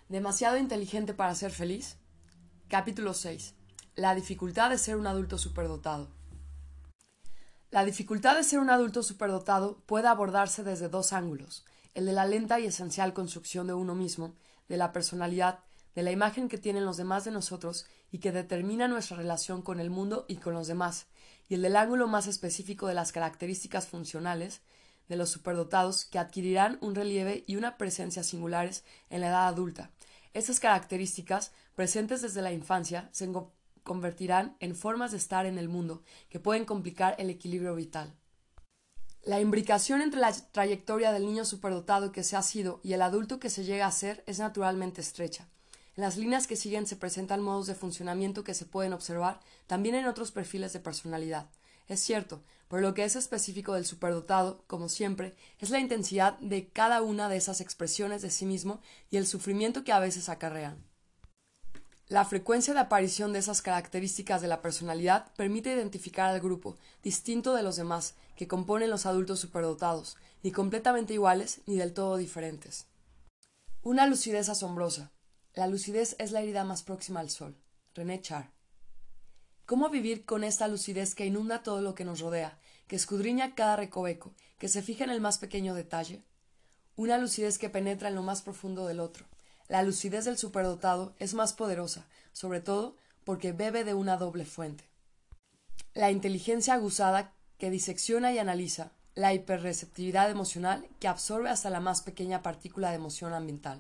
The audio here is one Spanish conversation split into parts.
¿Demasiado inteligente para ser feliz? Capítulo 6. La dificultad de ser un adulto superdotado. La dificultad de ser un adulto superdotado puede abordarse desde dos ángulos: el de la lenta y esencial construcción de uno mismo, de la personalidad, de la imagen que tienen los demás de nosotros y que determina nuestra relación con el mundo y con los demás, y el del ángulo más específico de las características funcionales de los superdotados que adquirirán un relieve y una presencia singulares en la edad adulta. Estas características, presentes desde la infancia, se convertirán en formas de estar en el mundo que pueden complicar el equilibrio vital. La imbricación entre la trayectoria del niño superdotado que se ha sido y el adulto que se llega a ser es naturalmente estrecha. En las líneas que siguen se presentan modos de funcionamiento que se pueden observar también en otros perfiles de personalidad. Es cierto, pero lo que es específico del superdotado, como siempre, es la intensidad de cada una de esas expresiones de sí mismo y el sufrimiento que a veces acarrean. La frecuencia de aparición de esas características de la personalidad permite identificar al grupo, distinto de los demás, que componen los adultos superdotados, ni completamente iguales ni del todo diferentes. Una lucidez asombrosa. La lucidez es la herida más próxima al sol. René Char. ¿Cómo vivir con esta lucidez que inunda todo lo que nos rodea, que escudriña cada recoveco, que se fija en el más pequeño detalle? Una lucidez que penetra en lo más profundo del otro. La lucidez del superdotado es más poderosa, sobre todo porque bebe de una doble fuente: la inteligencia aguzada que disecciona y analiza, la hiperreceptividad emocional que absorbe hasta la más pequeña partícula de emoción ambiental.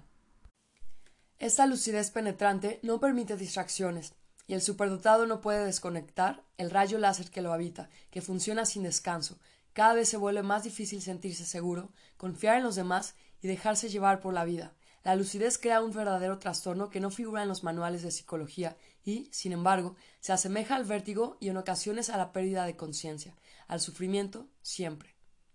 Esta lucidez penetrante no permite distracciones, y el superdotado no puede desconectar el rayo láser que lo habita, que funciona sin descanso. Cada vez se vuelve más difícil sentirse seguro, confiar en los demás y dejarse llevar por la vida. La lucidez crea un verdadero trastorno que no figura en los manuales de psicología y, sin embargo, se asemeja al vértigo y en ocasiones a la pérdida de conciencia, al sufrimiento, siempre.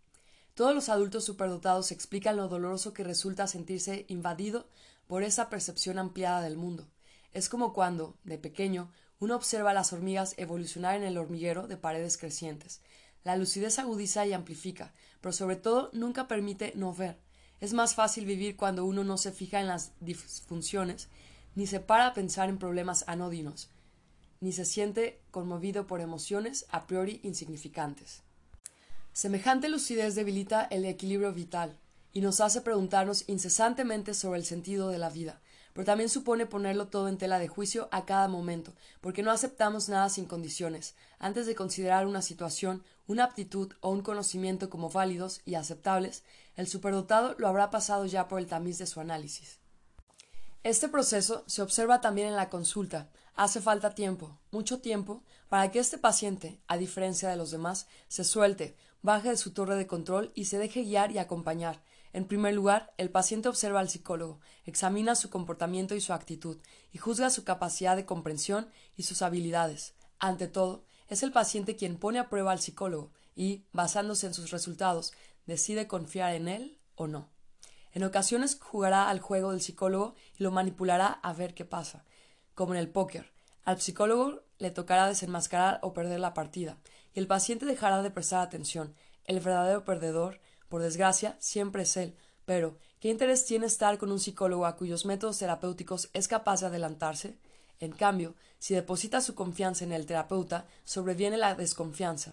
Todos los adultos superdotados explican lo doloroso que resulta sentirse invadido por esa percepción ampliada del mundo. Es como cuando, de pequeño, uno observa a las hormigas evolucionar en el hormiguero de paredes crecientes. La lucidez agudiza y amplifica, pero sobre todo nunca permite no ver. Es más fácil vivir cuando uno no se fija en las disfunciones, ni se para a pensar en problemas anodinos, ni se siente conmovido por emociones a priori insignificantes. Semejante lucidez debilita el equilibrio vital y nos hace preguntarnos incesantemente sobre el sentido de la vida, pero también supone ponerlo todo en tela de juicio a cada momento, porque no aceptamos nada sin condiciones. Antes de considerar una situación, una aptitud o un conocimiento como válidos y aceptables, el superdotado lo habrá pasado ya por el tamiz de su análisis. Este proceso se observa también en la consulta. Hace falta tiempo, mucho tiempo, para que este paciente, a diferencia de los demás, se suelte, baje de su torre de control y se deje guiar y acompañar. En primer lugar, el paciente observa al psicólogo, examina su comportamiento y su actitud, y juzga su capacidad de comprensión y sus habilidades. Ante todo, es el paciente quien pone a prueba al psicólogo y, basándose en sus resultados, decide confiar en él o no. En ocasiones jugará al juego del psicólogo y lo manipulará a ver qué pasa. Como en el póker, al psicólogo le tocará desenmascarar o perder la partida, y el paciente dejará de prestar atención. El verdadero perdedor, por desgracia, siempre es él. Pero, ¿qué interés tiene estar con un psicólogo a cuyos métodos terapéuticos es capaz de adelantarse? En cambio, si deposita su confianza en el terapeuta, sobreviene la desconfianza.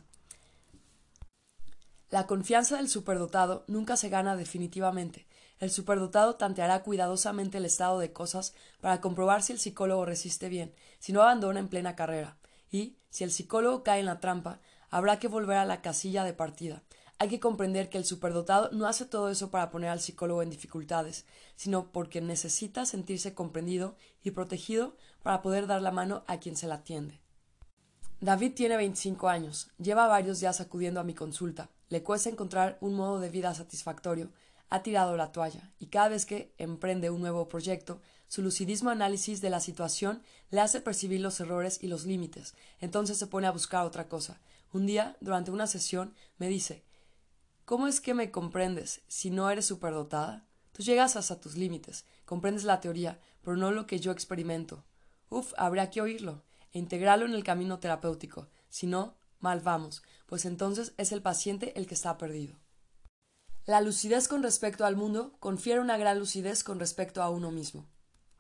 La confianza del superdotado nunca se gana definitivamente. El superdotado tanteará cuidadosamente el estado de cosas para comprobar si el psicólogo resiste bien, si no abandona en plena carrera. Y, si el psicólogo cae en la trampa, habrá que volver a la casilla de partida. Hay que comprender que el superdotado no hace todo eso para poner al psicólogo en dificultades, sino porque necesita sentirse comprendido y protegido para poder dar la mano a quien se la atiende. David tiene 25 años, lleva varios días acudiendo a mi consulta, le cuesta encontrar un modo de vida satisfactorio, ha tirado la toalla, y cada vez que emprende un nuevo proyecto, su lucidismo análisis de la situación le hace percibir los errores y los límites, entonces se pone a buscar otra cosa. Un día, durante una sesión, me dice: ¿cómo es que me comprendes si no eres superdotada? Tú llegas hasta tus límites, comprendes la teoría, pero no lo que yo experimento. Uf, habría que oírlo e integrarlo en el camino terapéutico. Si no, mal vamos, pues entonces es el paciente el que está perdido. La lucidez con respecto al mundo confiere una gran lucidez con respecto a uno mismo.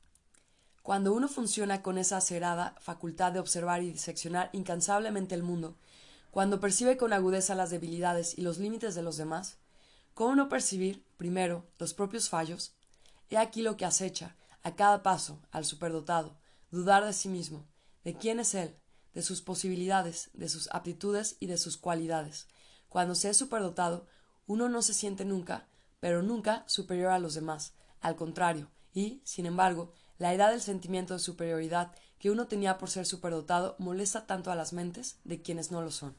Cuando uno funciona con esa acerada facultad de observar y diseccionar incansablemente el mundo, cuando percibe con agudeza las debilidades y los límites de los demás, ¿cómo no percibir, primero, los propios fallos? He aquí lo que acecha, a cada paso, al superdotado, dudar de sí mismo, de quién es él, de sus posibilidades, de sus aptitudes y de sus cualidades. Cuando se es superdotado, uno no se siente nunca, pero nunca superior a los demás, al contrario, y, sin embargo, la idea del sentimiento de superioridad que uno tenía por ser superdotado molesta tanto a las mentes de quienes no lo son.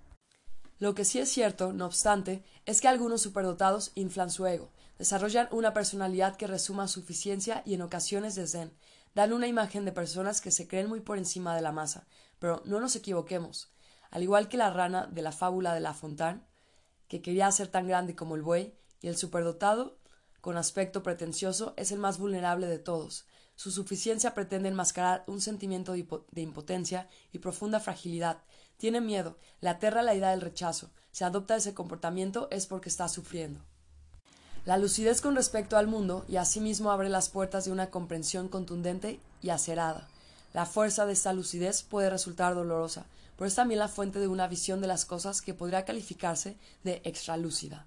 Lo que sí es cierto, no obstante, es que algunos superdotados inflan su ego, desarrollan una personalidad que resuma suficiencia y en ocasiones desdén, dan una imagen de personas que se creen muy por encima de la masa, pero no nos equivoquemos. Al igual que la rana de la fábula de La Fontaine, que quería ser tan grande como el buey, y el superdotado, con aspecto pretencioso, es el más vulnerable de todos. Su suficiencia pretende enmascarar un sentimiento de impotencia y profunda fragilidad. Tiene miedo, le aterra la idea del rechazo. Si adopta ese comportamiento es porque está sufriendo. La lucidez con respecto al mundo y asimismo abre las puertas de una comprensión contundente y acerada. La fuerza de esta lucidez puede resultar dolorosa, pero es también la fuente de una visión de las cosas que podría calificarse de extralúcida.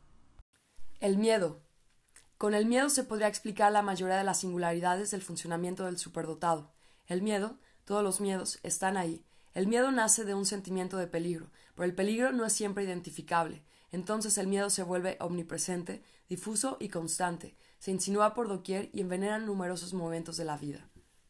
El miedo. Con el miedo se podría explicar la mayoría de las singularidades del funcionamiento del superdotado. El miedo, todos los miedos, están ahí. El miedo nace de un sentimiento de peligro, pero el peligro no es siempre identificable. Entonces el miedo se vuelve omnipresente, difuso y constante, se insinúa por doquier y envenena numerosos momentos de la vida.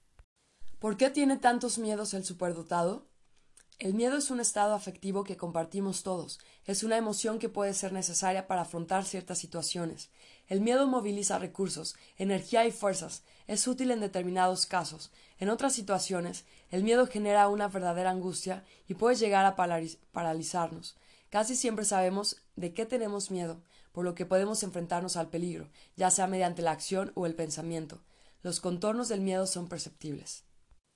¿Por qué tiene tantos miedos el superdotado? El miedo es un estado afectivo que compartimos todos, es una emoción que puede ser necesaria para afrontar ciertas situaciones. El miedo moviliza recursos, energía y fuerzas, es útil en determinados casos. En otras situaciones, el miedo genera una verdadera angustia y puede llegar a paralizarnos. Casi siempre sabemos de qué tenemos miedo, por lo que podemos enfrentarnos al peligro, ya sea mediante la acción o el pensamiento. Los contornos del miedo son perceptibles.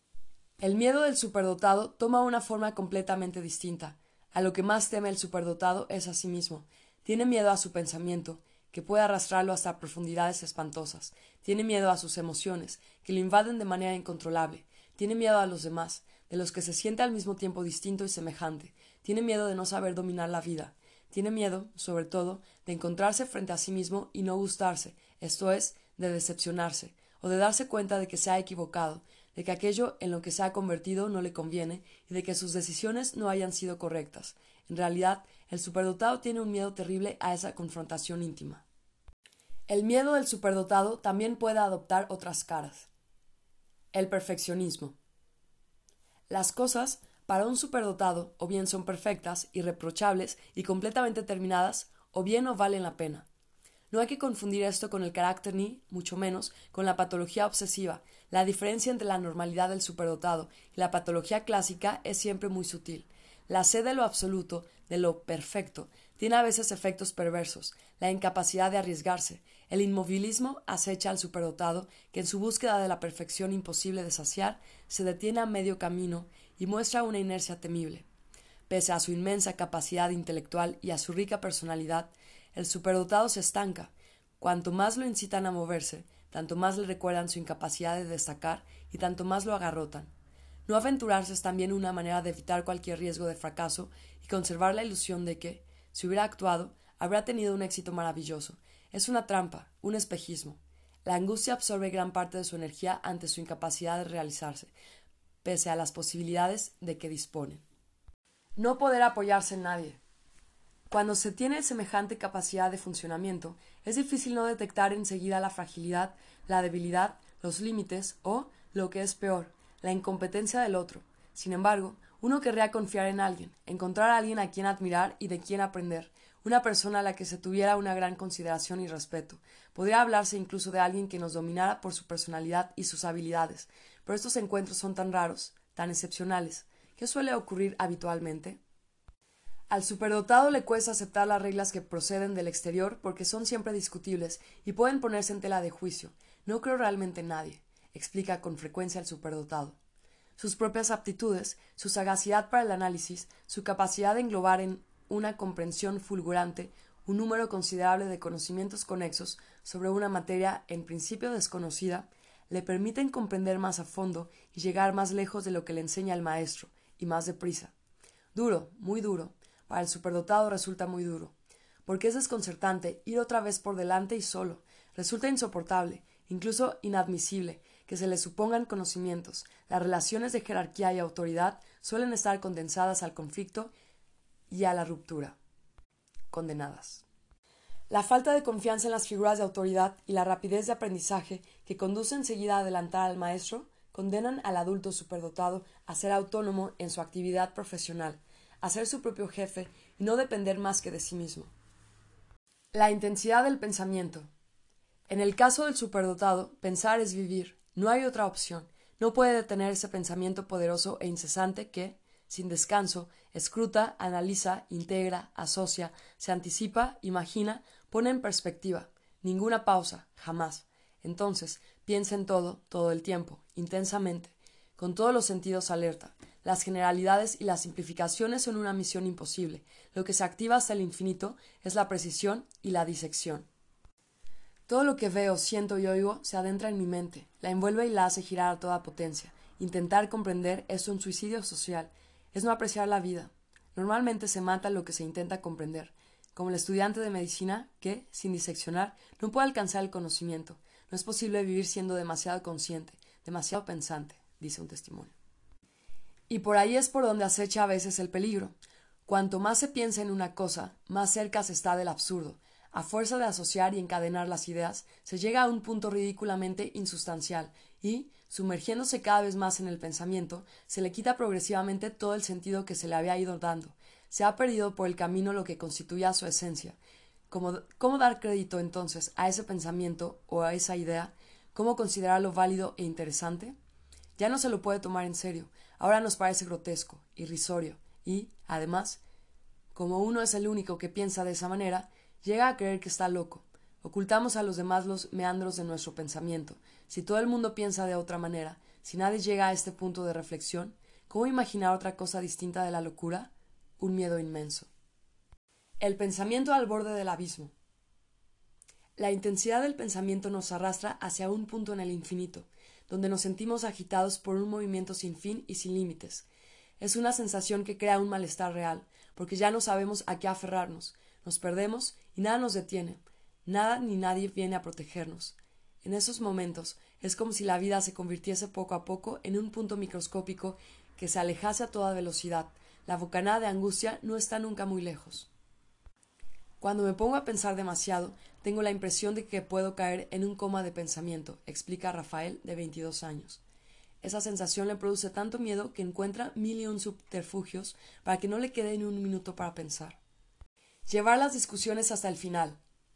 El miedo del superdotado toma una forma completamente distinta. A lo que más teme el superdotado es a sí mismo. Tiene miedo a su pensamiento, que puede arrastrarlo hasta profundidades espantosas. Tiene miedo a sus emociones, que lo invaden de manera incontrolable. Tiene miedo a los demás, de los que se siente al mismo tiempo distinto y semejante. Tiene miedo de no saber dominar la vida. Tiene miedo, sobre todo, de encontrarse frente a sí mismo y no gustarse, esto es, de decepcionarse, o de darse cuenta de que se ha equivocado, de que aquello en lo que se ha convertido no le conviene y de que sus decisiones no hayan sido correctas. En realidad, el superdotado tiene un miedo terrible a esa confrontación íntima. El miedo del superdotado también puede adoptar otras caras. El perfeccionismo. Las cosas, para un superdotado, o bien son perfectas, irreprochables y completamente terminadas, o bien no valen la pena. No hay que confundir esto con el carácter ni, mucho menos, con la patología obsesiva. La diferencia entre la normalidad del superdotado y la patología clásica es siempre muy sutil. La sed de lo absoluto, de lo perfecto, tiene a veces efectos perversos, la incapacidad de arriesgarse. El inmovilismo acecha al superdotado, que en su búsqueda de la perfección imposible de saciar, se detiene a medio camino y muestra una inercia temible. Pese a su inmensa capacidad intelectual y a su rica personalidad, el superdotado se estanca. Cuanto más lo incitan a moverse, tanto más le recuerdan su incapacidad de destacar y tanto más lo agarrotan. No aventurarse es también una manera de evitar cualquier riesgo de fracaso y conservar la ilusión de que, si hubiera actuado, habría tenido un éxito maravilloso. Es una trampa, un espejismo. La angustia absorbe gran parte de su energía ante su incapacidad de realizarse, pese a las posibilidades de que disponen. No poder apoyarse en nadie. Cuando se tiene semejante capacidad de funcionamiento, es difícil no detectar enseguida la fragilidad, la debilidad, los límites o, lo que es peor, la incompetencia del otro. Sin embargo, uno querría confiar en alguien, encontrar a alguien a quien admirar y de quien aprender, una persona a la que se tuviera una gran consideración y respeto. Podría hablarse incluso de alguien que nos dominara por su personalidad y sus habilidades, pero estos encuentros son tan raros, tan excepcionales. ¿Qué suele ocurrir habitualmente? Al superdotado le cuesta aceptar las reglas que proceden del exterior porque son siempre discutibles y pueden ponerse en tela de juicio. No creo realmente en nadie, explica con frecuencia el superdotado. Sus propias aptitudes, su sagacidad para el análisis, su capacidad de englobar en una comprensión fulgurante un número considerable de conocimientos conexos sobre una materia en principio desconocida, le permiten comprender más a fondo y llegar más lejos de lo que le enseña el maestro, y más deprisa. Duro, muy duro. Para el superdotado resulta muy duro, porque es desconcertante ir otra vez por delante y solo. Resulta insoportable, incluso inadmisible, que se le supongan conocimientos. Las relaciones de jerarquía y autoridad suelen estar condensadas al conflicto y a la ruptura. Condenadas. La falta de confianza en las figuras de autoridad y la rapidez de aprendizaje que conduce enseguida a adelantar al maestro condenan al adulto superdotado a ser autónomo en su actividad profesional, a ser su propio jefe y no depender más que de sí mismo. La intensidad del pensamiento. En el caso del superdotado, pensar es vivir, no hay otra opción, no puede detener ese pensamiento poderoso e incesante que, sin descanso, escruta, analiza, integra, asocia, se anticipa, imagina, pone en perspectiva. Ninguna pausa, jamás. Entonces, piensa en todo, todo el tiempo, intensamente, con todos los sentidos alerta. Las generalidades y las simplificaciones son una misión imposible. Lo que se activa hasta el infinito es la precisión y la disección. Todo lo que veo, siento y oigo se adentra en mi mente, la envuelve y la hace girar a toda potencia. Intentar comprender es un suicidio social, es no apreciar la vida. Normalmente se mata lo que se intenta comprender, como el estudiante de medicina que, sin diseccionar, no puede alcanzar el conocimiento. No es posible vivir siendo demasiado consciente, demasiado pensante, dice un testimonio. Y por ahí es por donde acecha a veces el peligro. Cuanto más se piensa en una cosa, más cerca se está del absurdo. A fuerza de asociar y encadenar las ideas, se llega a un punto ridículamente insustancial y, sumergiéndose cada vez más en el pensamiento, se le quita progresivamente todo el sentido que se le había ido dando. Se ha perdido por el camino lo que constituía su esencia. ¿Cómo dar crédito entonces a ese pensamiento o a esa idea? ¿Cómo considerarlo válido e interesante? Ya no se lo puede tomar en serio. Ahora nos parece grotesco, irrisorio y, además, como uno es el único que piensa de esa manera, llega a creer que está loco. Ocultamos a los demás los meandros de nuestro pensamiento. Si todo el mundo piensa de otra manera, si nadie llega a este punto de reflexión, ¿cómo imaginar otra cosa distinta de la locura? Un miedo inmenso. El pensamiento al borde del abismo. La intensidad del pensamiento nos arrastra hacia un punto en el infinito, donde nos sentimos agitados por un movimiento sin fin y sin límites. Es una sensación que crea un malestar real, porque ya no sabemos a qué aferrarnos, nos perdemos y nada nos detiene, nada ni nadie viene a protegernos. En esos momentos es como si la vida se convirtiese poco a poco en un punto microscópico que se alejase a toda velocidad. La bocanada de angustia no está nunca muy lejos. Cuando me pongo a pensar demasiado, tengo la impresión de que puedo caer en un coma de pensamiento, explica Rafael, de 22 años. Esa sensación le produce tanto miedo que encuentra 1001 subterfugios para que no le quede ni un minuto para pensar. Llevar las discusiones hasta el final.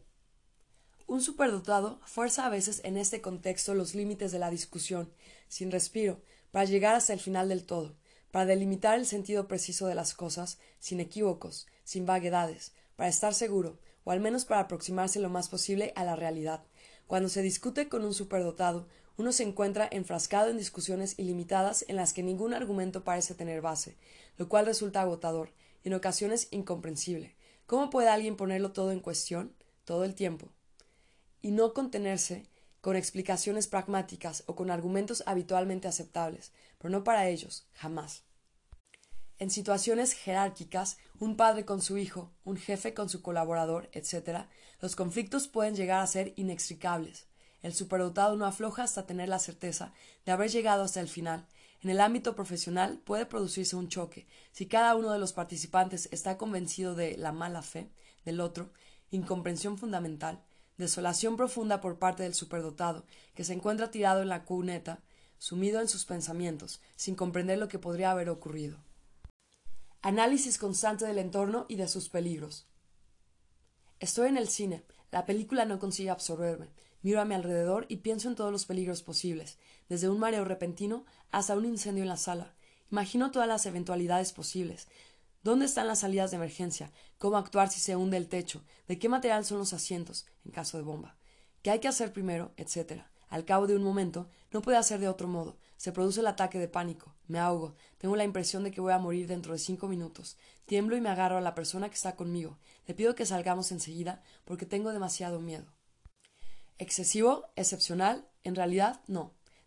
Un superdotado fuerza a veces en este contexto los límites de la discusión, sin respiro, para llegar hasta el final del todo, para delimitar el sentido preciso de las cosas, sin equívocos, sin vaguedades, para estar seguro, o al menos para aproximarse lo más posible a la realidad. Cuando se discute con un superdotado, uno se encuentra enfrascado en discusiones ilimitadas en las que ningún argumento parece tener base, lo cual resulta agotador y en ocasiones incomprensible. ¿Cómo puede alguien ponerlo todo en cuestión, todo el tiempo, y no contenerse con explicaciones pragmáticas o con argumentos habitualmente aceptables, pero no para ellos, jamás? En situaciones jerárquicas, un padre con su hijo, un jefe con su colaborador, etc., los conflictos pueden llegar a ser inextricables. El superdotado no afloja hasta tener la certeza de haber llegado hasta el final. En el ámbito profesional puede producirse un choque. Si cada uno de los participantes está convencido de la mala fe del otro, incomprensión fundamental, desolación profunda por parte del superdotado, que se encuentra tirado en la cuneta, sumido en sus pensamientos, sin comprender lo que podría haber ocurrido. Análisis constante del entorno y de sus peligros. Estoy en el cine. La película no consigue absorberme. Miro a mi alrededor y pienso en todos los peligros posibles, desde un mareo repentino hasta un incendio en la sala. Imagino todas las eventualidades posibles. ¿Dónde están las salidas de emergencia? ¿Cómo actuar si se hunde el techo? ¿De qué material son los asientos, en caso de bomba? ¿Qué hay que hacer primero? Etcétera. Al cabo de un momento, no puede hacer de otro modo. Se produce el ataque de pánico. Me ahogo. Tengo la impresión de que voy a morir dentro de 5 minutos. Tiemblo y me agarro a la persona que está conmigo. Le pido que salgamos enseguida porque tengo demasiado miedo. ¿Excesivo? ¿Excepcional? En realidad, no.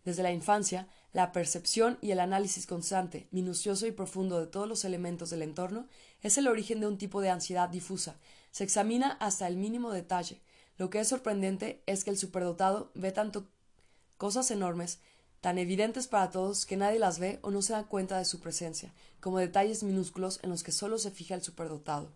Desde la infancia, la percepción y el análisis constante, minucioso y profundo de todos los elementos del entorno es el origen de un tipo de ansiedad difusa. Se examina hasta el mínimo detalle. Lo que es sorprendente es que el superdotado ve tanto cosas enormes, tan evidentes para todos que nadie las ve o no se da cuenta de su presencia, como detalles minúsculos en los que solo se fija el superdotado.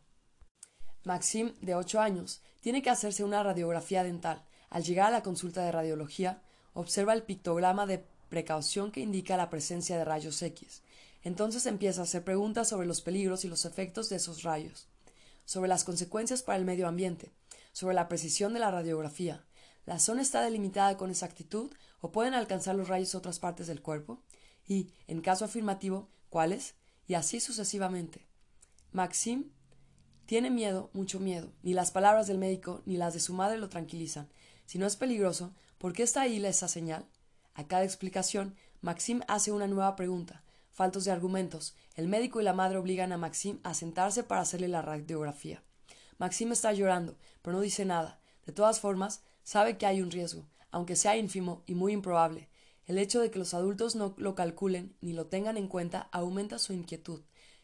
Maxime, de 8 años, tiene que hacerse una radiografía dental. Al llegar a la consulta de radiología, observa el pictograma de precaución que indica la presencia de rayos X. Entonces empieza a hacer preguntas sobre los peligros y los efectos de esos rayos, sobre las consecuencias para el medio ambiente, sobre la precisión de la radiografía. ¿La zona está delimitada con exactitud o pueden alcanzar los rayos otras partes del cuerpo? Y, en caso afirmativo, ¿cuáles? Y así sucesivamente. Maxime tiene miedo, mucho miedo. Ni las palabras del médico ni las de su madre lo tranquilizan. Si no es peligroso, ¿por qué está ahí esa señal? A cada explicación, Maxime hace una nueva pregunta. Faltos de argumentos, el médico y la madre obligan a Maxime a sentarse para hacerle la radiografía. Maxime está llorando, pero no dice nada. De todas formas, sabe que hay un riesgo, aunque sea ínfimo y muy improbable. El hecho de que los adultos no lo calculen ni lo tengan en cuenta aumenta su inquietud.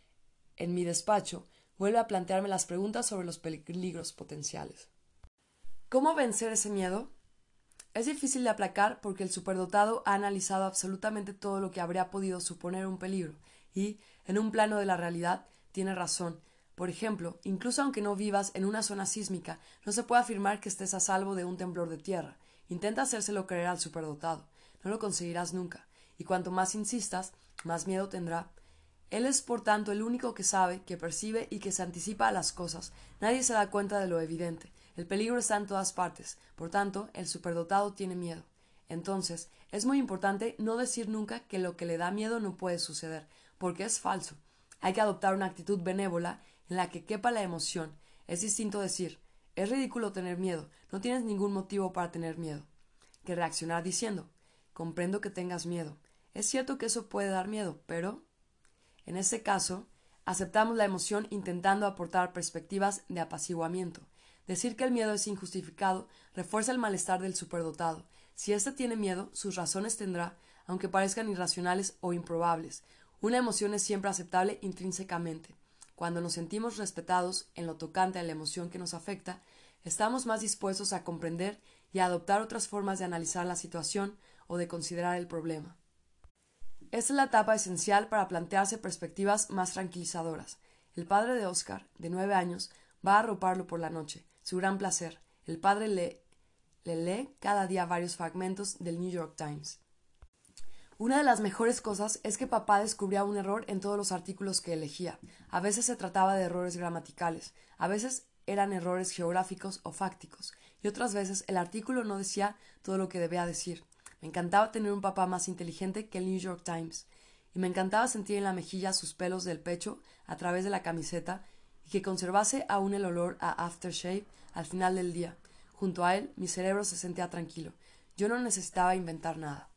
En mi despacho, vuelve a plantearme las preguntas sobre los peligros potenciales. ¿Cómo vencer ese miedo? Es difícil de aplacar porque el superdotado ha analizado absolutamente todo lo que habría podido suponer un peligro y, en un plano de la realidad, tiene razón. Por ejemplo, incluso aunque no vivas en una zona sísmica, no se puede afirmar que estés a salvo de un temblor de tierra. Intenta hacérselo creer al superdotado. No lo conseguirás nunca. Y cuanto más insistas, más miedo tendrá. Él es, por tanto, el único que sabe, que percibe y que se anticipa a las cosas. Nadie se da cuenta de lo evidente. El peligro está en todas partes. Por tanto, el superdotado tiene miedo. Entonces, es muy importante no decir nunca que lo que le da miedo no puede suceder, porque es falso. Hay que adoptar una actitud benévola en la que quepa la emoción. Es distinto decir, es ridículo tener miedo, no tienes ningún motivo para tener miedo, que reaccionar diciendo, comprendo que tengas miedo. Es cierto que eso puede dar miedo, pero... En este caso, aceptamos la emoción intentando aportar perspectivas de apaciguamiento. Decir que el miedo es injustificado refuerza el malestar del superdotado. Si éste tiene miedo, sus razones tendrá, aunque parezcan irracionales o improbables. Una emoción es siempre aceptable intrínsecamente. Cuando nos sentimos respetados en lo tocante a la emoción que nos afecta, estamos más dispuestos a comprender y a adoptar otras formas de analizar la situación o de considerar el problema. Esta es la etapa esencial para plantearse perspectivas más tranquilizadoras. El padre de Oscar, de 9 años, va a arroparlo por la noche. Su gran placer. El padre le lee cada día varios fragmentos del New York Times. Una de las mejores cosas es que papá descubría un error en todos los artículos que elegía. A veces se trataba de errores gramaticales, a veces eran errores geográficos o fácticos, y otras veces el artículo no decía todo lo que debía decir. Me encantaba tener un papá más inteligente que el New York Times, y me encantaba sentir en la mejilla sus pelos del pecho a través de la camiseta y que conservase aún el olor a aftershave al final del día. Junto a él, mi cerebro se sentía tranquilo. Yo no necesitaba inventar nada.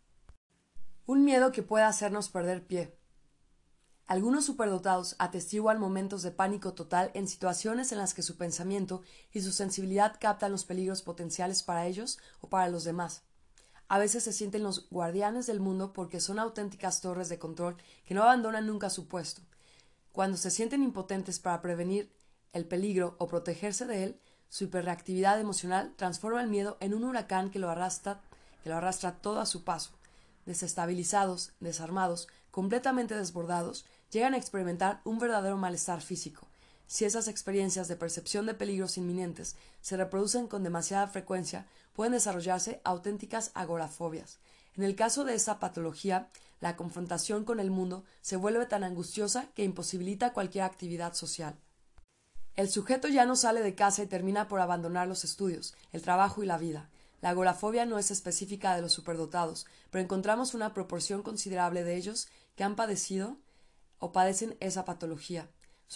Un miedo que puede hacernos perder pie. Algunos superdotados atestiguan momentos de pánico total en situaciones en las que su pensamiento y su sensibilidad captan los peligros potenciales para ellos o para los demás. A veces se sienten los guardianes del mundo porque son auténticas torres de control que no abandonan nunca su puesto. Cuando se sienten impotentes para prevenir el peligro o protegerse de él, su hiperreactividad emocional transforma el miedo en un huracán que lo arrastra todo a su paso. Desestabilizados, desarmados, completamente desbordados, llegan a experimentar un verdadero malestar físico. Si esas experiencias de percepción de peligros inminentes se reproducen con demasiada frecuencia, pueden desarrollarse auténticas agorafobias. En el caso de esa patología, la confrontación con el mundo se vuelve tan angustiosa que imposibilita cualquier actividad social. El sujeto ya no sale de casa y termina por abandonar los estudios, el trabajo y la vida. La agorafobia no es específica de los superdotados, pero encontramos una proporción considerable de ellos que han padecido o padecen esa patología.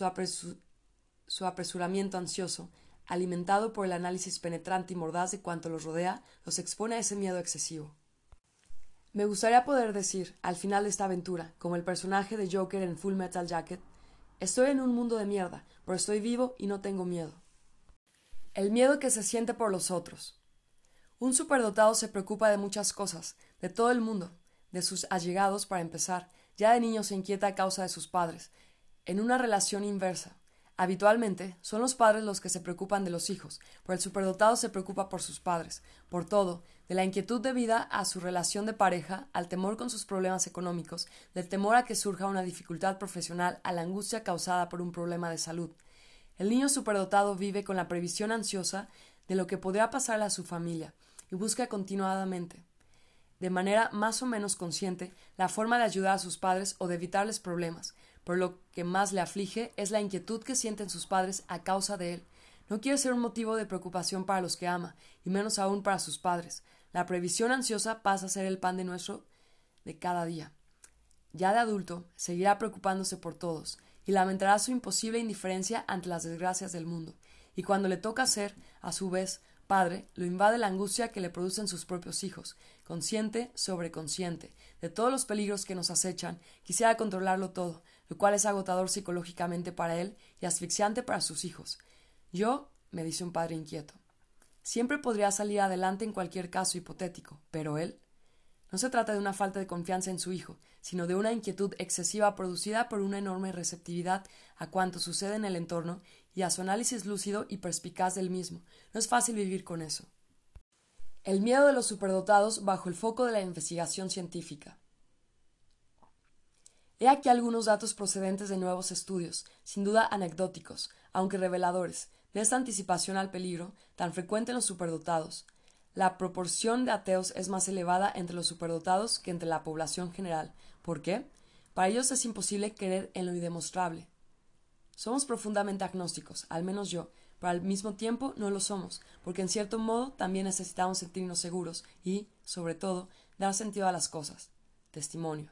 Su apresuramiento ansioso, alimentado por el análisis penetrante y mordaz de cuanto los rodea, los expone a ese miedo excesivo. Me gustaría poder decir, al final de esta aventura, como el personaje de Joker en Full Metal Jacket, estoy en un mundo de mierda, pero estoy vivo y no tengo miedo. El miedo que se siente por los otros. Un superdotado se preocupa de muchas cosas, de todo el mundo. de sus allegados para empezar. Ya de niño se inquieta a causa de sus padres. En una relación inversa. Habitualmente, son los padres los que se preocupan de los hijos, pero el superdotado se preocupa por sus padres, por todo, de la inquietud debida a su relación de pareja, al temor con sus problemas económicos, del temor a que surja una dificultad profesional, a la angustia causada por un problema de salud. El niño superdotado vive con la previsión ansiosa de lo que podría pasarle a su familia, y busca continuadamente, de manera más o menos consciente, la forma de ayudar a sus padres o de evitarles problemas, pero lo que más le aflige es la inquietud que sienten sus padres a causa de él. No quiere ser un motivo de preocupación para los que ama, y menos aún para sus padres. La previsión ansiosa pasa a ser el pan de nuestro de cada día. Ya de adulto, seguirá preocupándose por todos, y lamentará su imposible indiferencia ante las desgracias del mundo. Y cuando le toca ser, a su vez, padre, lo invade la angustia que le producen sus propios hijos, consciente sobre consciente, de todos los peligros que nos acechan, quisiera controlarlo todo, lo cual es agotador psicológicamente para él y asfixiante para sus hijos. Yo, me dice un padre inquieto, siempre podría salir adelante en cualquier caso hipotético, pero él. No se trata de una falta de confianza en su hijo, sino de una inquietud excesiva producida por una enorme receptividad a cuanto sucede en el entorno y a su análisis lúcido y perspicaz del mismo. No es fácil vivir con eso. El miedo de los superdotados bajo el foco de la investigación científica. He aquí algunos datos procedentes de nuevos estudios, sin duda anecdóticos, aunque reveladores, de esta anticipación al peligro, tan frecuente en los superdotados. La proporción de ateos es más elevada entre los superdotados que entre la población general. ¿Por qué? Para ellos es imposible creer en lo indemostrable. Somos profundamente agnósticos, al menos yo, pero al mismo tiempo no lo somos, porque en cierto modo también necesitamos sentirnos seguros y, sobre todo, dar sentido a las cosas. Testimonio.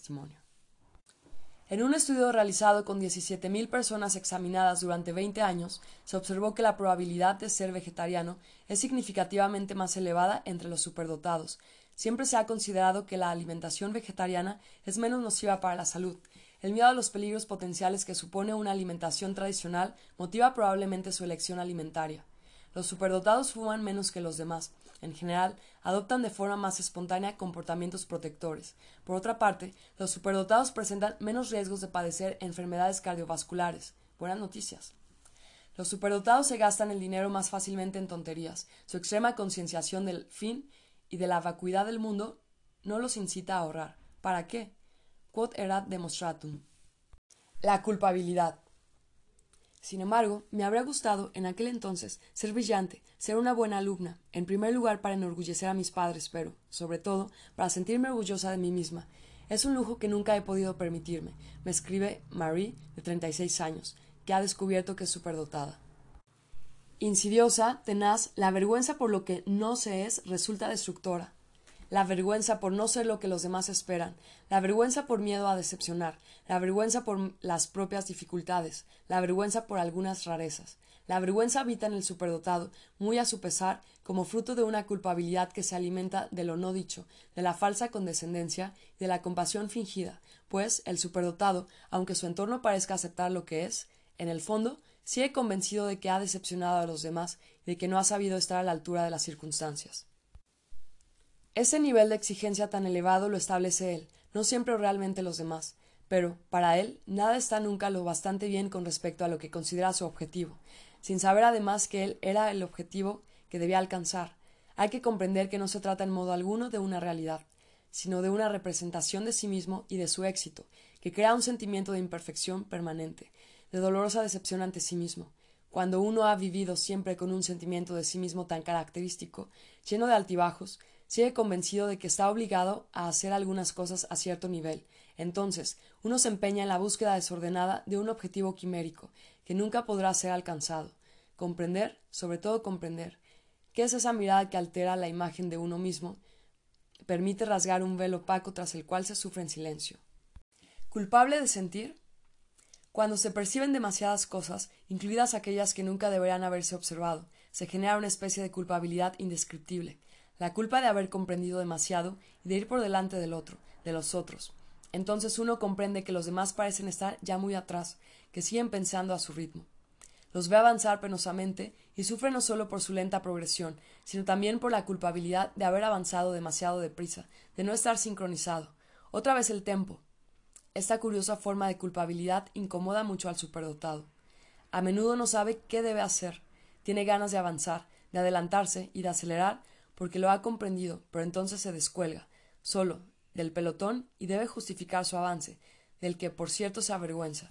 En un estudio realizado con 17.000 personas examinadas durante 20 años, se observó que la probabilidad de ser vegetariano es significativamente más elevada entre los superdotados. Siempre se ha considerado que la alimentación vegetariana es menos nociva para la salud. El miedo a los peligros potenciales que supone una alimentación tradicional motiva probablemente su elección alimentaria. Los superdotados fuman menos que los demás. En general, adoptan de forma más espontánea comportamientos protectores. Por otra parte, los superdotados presentan menos riesgos de padecer enfermedades cardiovasculares. Buenas noticias. Los superdotados se gastan el dinero más fácilmente en tonterías. Su extrema concienciación del fin y de la vacuidad del mundo no los incita a ahorrar. ¿Para qué? Quod erat demonstratum. La culpabilidad. Sin embargo, me habría gustado, en aquel entonces, ser brillante, ser una buena alumna, en primer lugar para enorgullecer a mis padres, pero, sobre todo, para sentirme orgullosa de mí misma. Es un lujo que nunca he podido permitirme, me escribe Marie, de 36 años, que ha descubierto que es superdotada. Insidiosa, tenaz, la vergüenza por lo que no se es resulta destructora. La vergüenza por no ser lo que los demás esperan, la vergüenza por miedo a decepcionar, la vergüenza por las propias dificultades, la vergüenza por algunas rarezas. La vergüenza habita en el superdotado, muy a su pesar, como fruto de una culpabilidad que se alimenta de lo no dicho, de la falsa condescendencia y de la compasión fingida, pues el superdotado, aunque su entorno parezca aceptar lo que es, en el fondo, sigue convencido de que ha decepcionado a los demás y de que no ha sabido estar a la altura de las circunstancias. Ese nivel de exigencia tan elevado lo establece él, no siempre realmente los demás, pero, para él, nada está nunca lo bastante bien con respecto a lo que considera su objetivo, sin saber además que él era el objetivo que debía alcanzar. Hay que comprender que no se trata en modo alguno de una realidad, sino de una representación de sí mismo y de su éxito, que crea un sentimiento de imperfección permanente, de dolorosa decepción ante sí mismo. Cuando uno ha vivido siempre con un sentimiento de sí mismo tan característico, lleno de altibajos, sigue convencido de que está obligado a hacer algunas cosas a cierto nivel. Entonces, uno se empeña en la búsqueda desordenada de un objetivo quimérico, que nunca podrá ser alcanzado. Comprender, sobre todo comprender, ¿qué es esa mirada que altera la imagen de uno mismo? Permite rasgar un velo opaco tras el cual se sufre en silencio. ¿Culpable de sentir? Cuando se perciben demasiadas cosas, incluidas aquellas que nunca deberían haberse observado, se genera una especie de culpabilidad indescriptible. La culpa de haber comprendido demasiado y de ir por delante del otro, de los otros. Entonces uno comprende que los demás parecen estar ya muy atrás, que siguen pensando a su ritmo. Los ve avanzar penosamente y sufre no solo por su lenta progresión, sino también por la culpabilidad de haber avanzado demasiado deprisa, de no estar sincronizado. Otra vez el tempo. Esta curiosa forma de culpabilidad incomoda mucho al superdotado. A menudo no sabe qué debe hacer. Tiene ganas de avanzar, de adelantarse y de acelerar porque lo ha comprendido, pero entonces se descuelga, solo, del pelotón y debe justificar su avance, del que por cierto se avergüenza.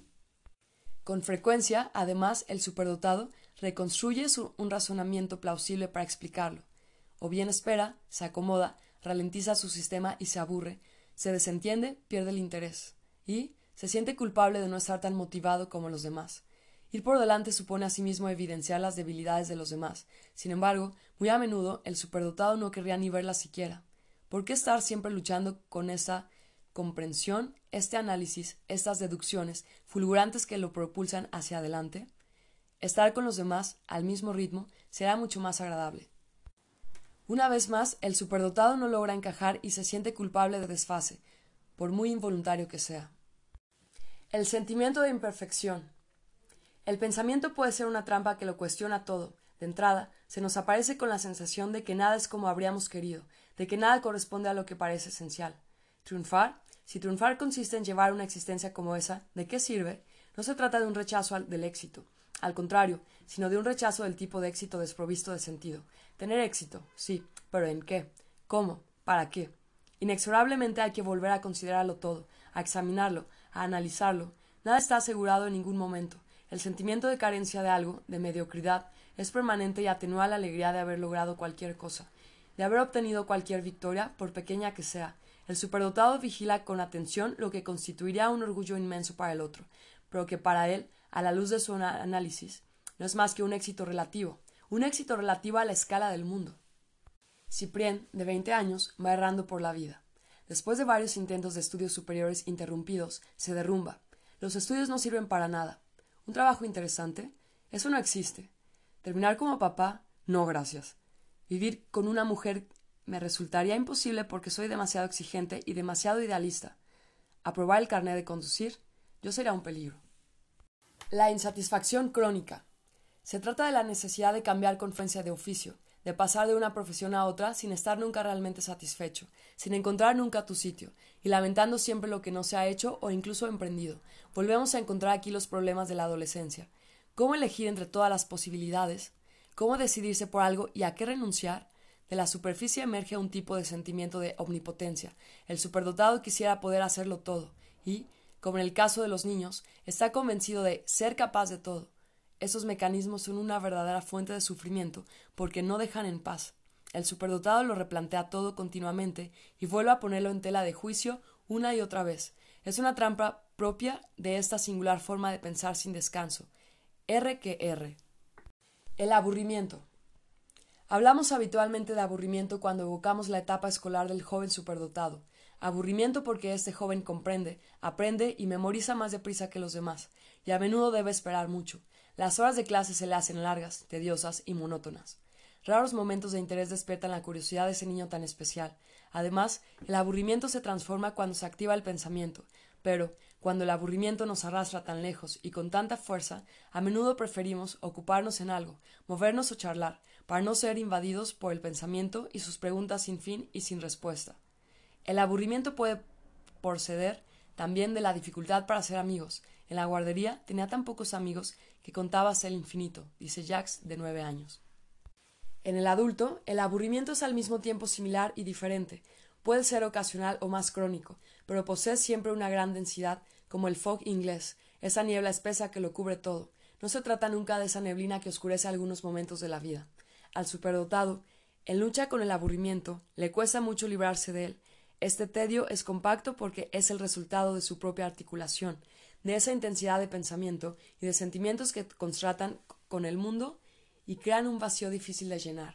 Con frecuencia, además, el superdotado reconstruye un razonamiento plausible para explicarlo, o bien espera, se acomoda, ralentiza su sistema y se aburre, se desentiende, pierde el interés, y se siente culpable de no estar tan motivado como los demás. Ir por delante supone asimismo evidenciar las debilidades de los demás. Sin embargo, muy a menudo el superdotado no querría ni verlas siquiera. ¿Por qué estar siempre luchando con esta comprensión, este análisis, estas deducciones fulgurantes que lo propulsan hacia adelante? Estar con los demás al mismo ritmo será mucho más agradable. Una vez más, el superdotado no logra encajar y se siente culpable de desfase, por muy involuntario que sea. El sentimiento de imperfección. El pensamiento puede ser una trampa que lo cuestiona todo. De entrada, se nos aparece con la sensación de que nada es como habríamos querido, de que nada corresponde a lo que parece esencial. Triunfar, si triunfar consiste en llevar una existencia como esa, ¿de qué sirve? No se trata de un rechazo del éxito, al contrario, sino de un rechazo del tipo de éxito desprovisto de sentido. Tener éxito, sí, pero ¿en qué? ¿Cómo? ¿Para qué? Inexorablemente hay que volver a considerarlo todo, a examinarlo, a analizarlo. Nada está asegurado en ningún momento. El sentimiento de carencia de algo, de mediocridad, es permanente y atenúa la alegría de haber logrado cualquier cosa, de haber obtenido cualquier victoria, por pequeña que sea. El superdotado vigila con atención lo que constituiría un orgullo inmenso para el otro, pero que para él, a la luz de su análisis, no es más que un éxito relativo a la escala del mundo. Cyprien, de 20 años, va errando por la vida. Después de varios intentos de estudios superiores interrumpidos, se derrumba. Los estudios no sirven para nada. ¿Un trabajo interesante? Eso no existe. ¿Terminar como papá? No, gracias. Vivir con una mujer me resultaría imposible porque soy demasiado exigente y demasiado idealista. ¿Aprobar el carné de conducir? Yo sería un peligro. La insatisfacción crónica. Se trata de la necesidad de cambiar con frecuencia de oficio, de pasar de una profesión a otra sin estar nunca realmente satisfecho, sin encontrar nunca tu sitio, y lamentando siempre lo que no se ha hecho o incluso emprendido. Volvemos a encontrar aquí los problemas de la adolescencia. ¿Cómo elegir entre todas las posibilidades? ¿Cómo decidirse por algo y a qué renunciar? De la superficie emerge un tipo de sentimiento de omnipotencia. El superdotado quisiera poder hacerlo todo y, como en el caso de los niños, está convencido de ser capaz de todo. Esos mecanismos son una verdadera fuente de sufrimiento porque no dejan en paz. El superdotado lo replantea todo continuamente y vuelve a ponerlo en tela de juicio una y otra vez. Es una trampa propia de esta singular forma de pensar sin descanso. R que R. El aburrimiento. Hablamos habitualmente de aburrimiento cuando evocamos la etapa escolar del joven superdotado. Aburrimiento porque este joven comprende, aprende y memoriza más deprisa que los demás, y a menudo debe esperar mucho. Las horas de clase se le hacen largas, tediosas y monótonas. Raros momentos de interés despiertan la curiosidad de ese niño tan especial. Además, el aburrimiento se transforma cuando se activa el pensamiento, pero, cuando el aburrimiento nos arrastra tan lejos y con tanta fuerza, a menudo preferimos ocuparnos en algo, movernos o charlar, para no ser invadidos por el pensamiento y sus preguntas sin fin y sin respuesta. El aburrimiento puede proceder también de la dificultad para ser amigos. En la guardería tenía tan pocos amigos que contaba ser el infinito, dice Jacques, de 9 años. En el adulto, el aburrimiento es al mismo tiempo similar y diferente. Puede ser ocasional o más crónico, pero posee siempre una gran densidad, como el fog inglés, esa niebla espesa que lo cubre todo. No se trata nunca de esa neblina que oscurece algunos momentos de la vida. Al superdotado, en lucha con el aburrimiento, le cuesta mucho librarse de él. Este tedio es compacto porque es el resultado de su propia articulación, de esa intensidad de pensamiento y de sentimientos que contrastan con el mundo y crean un vacío difícil de llenar.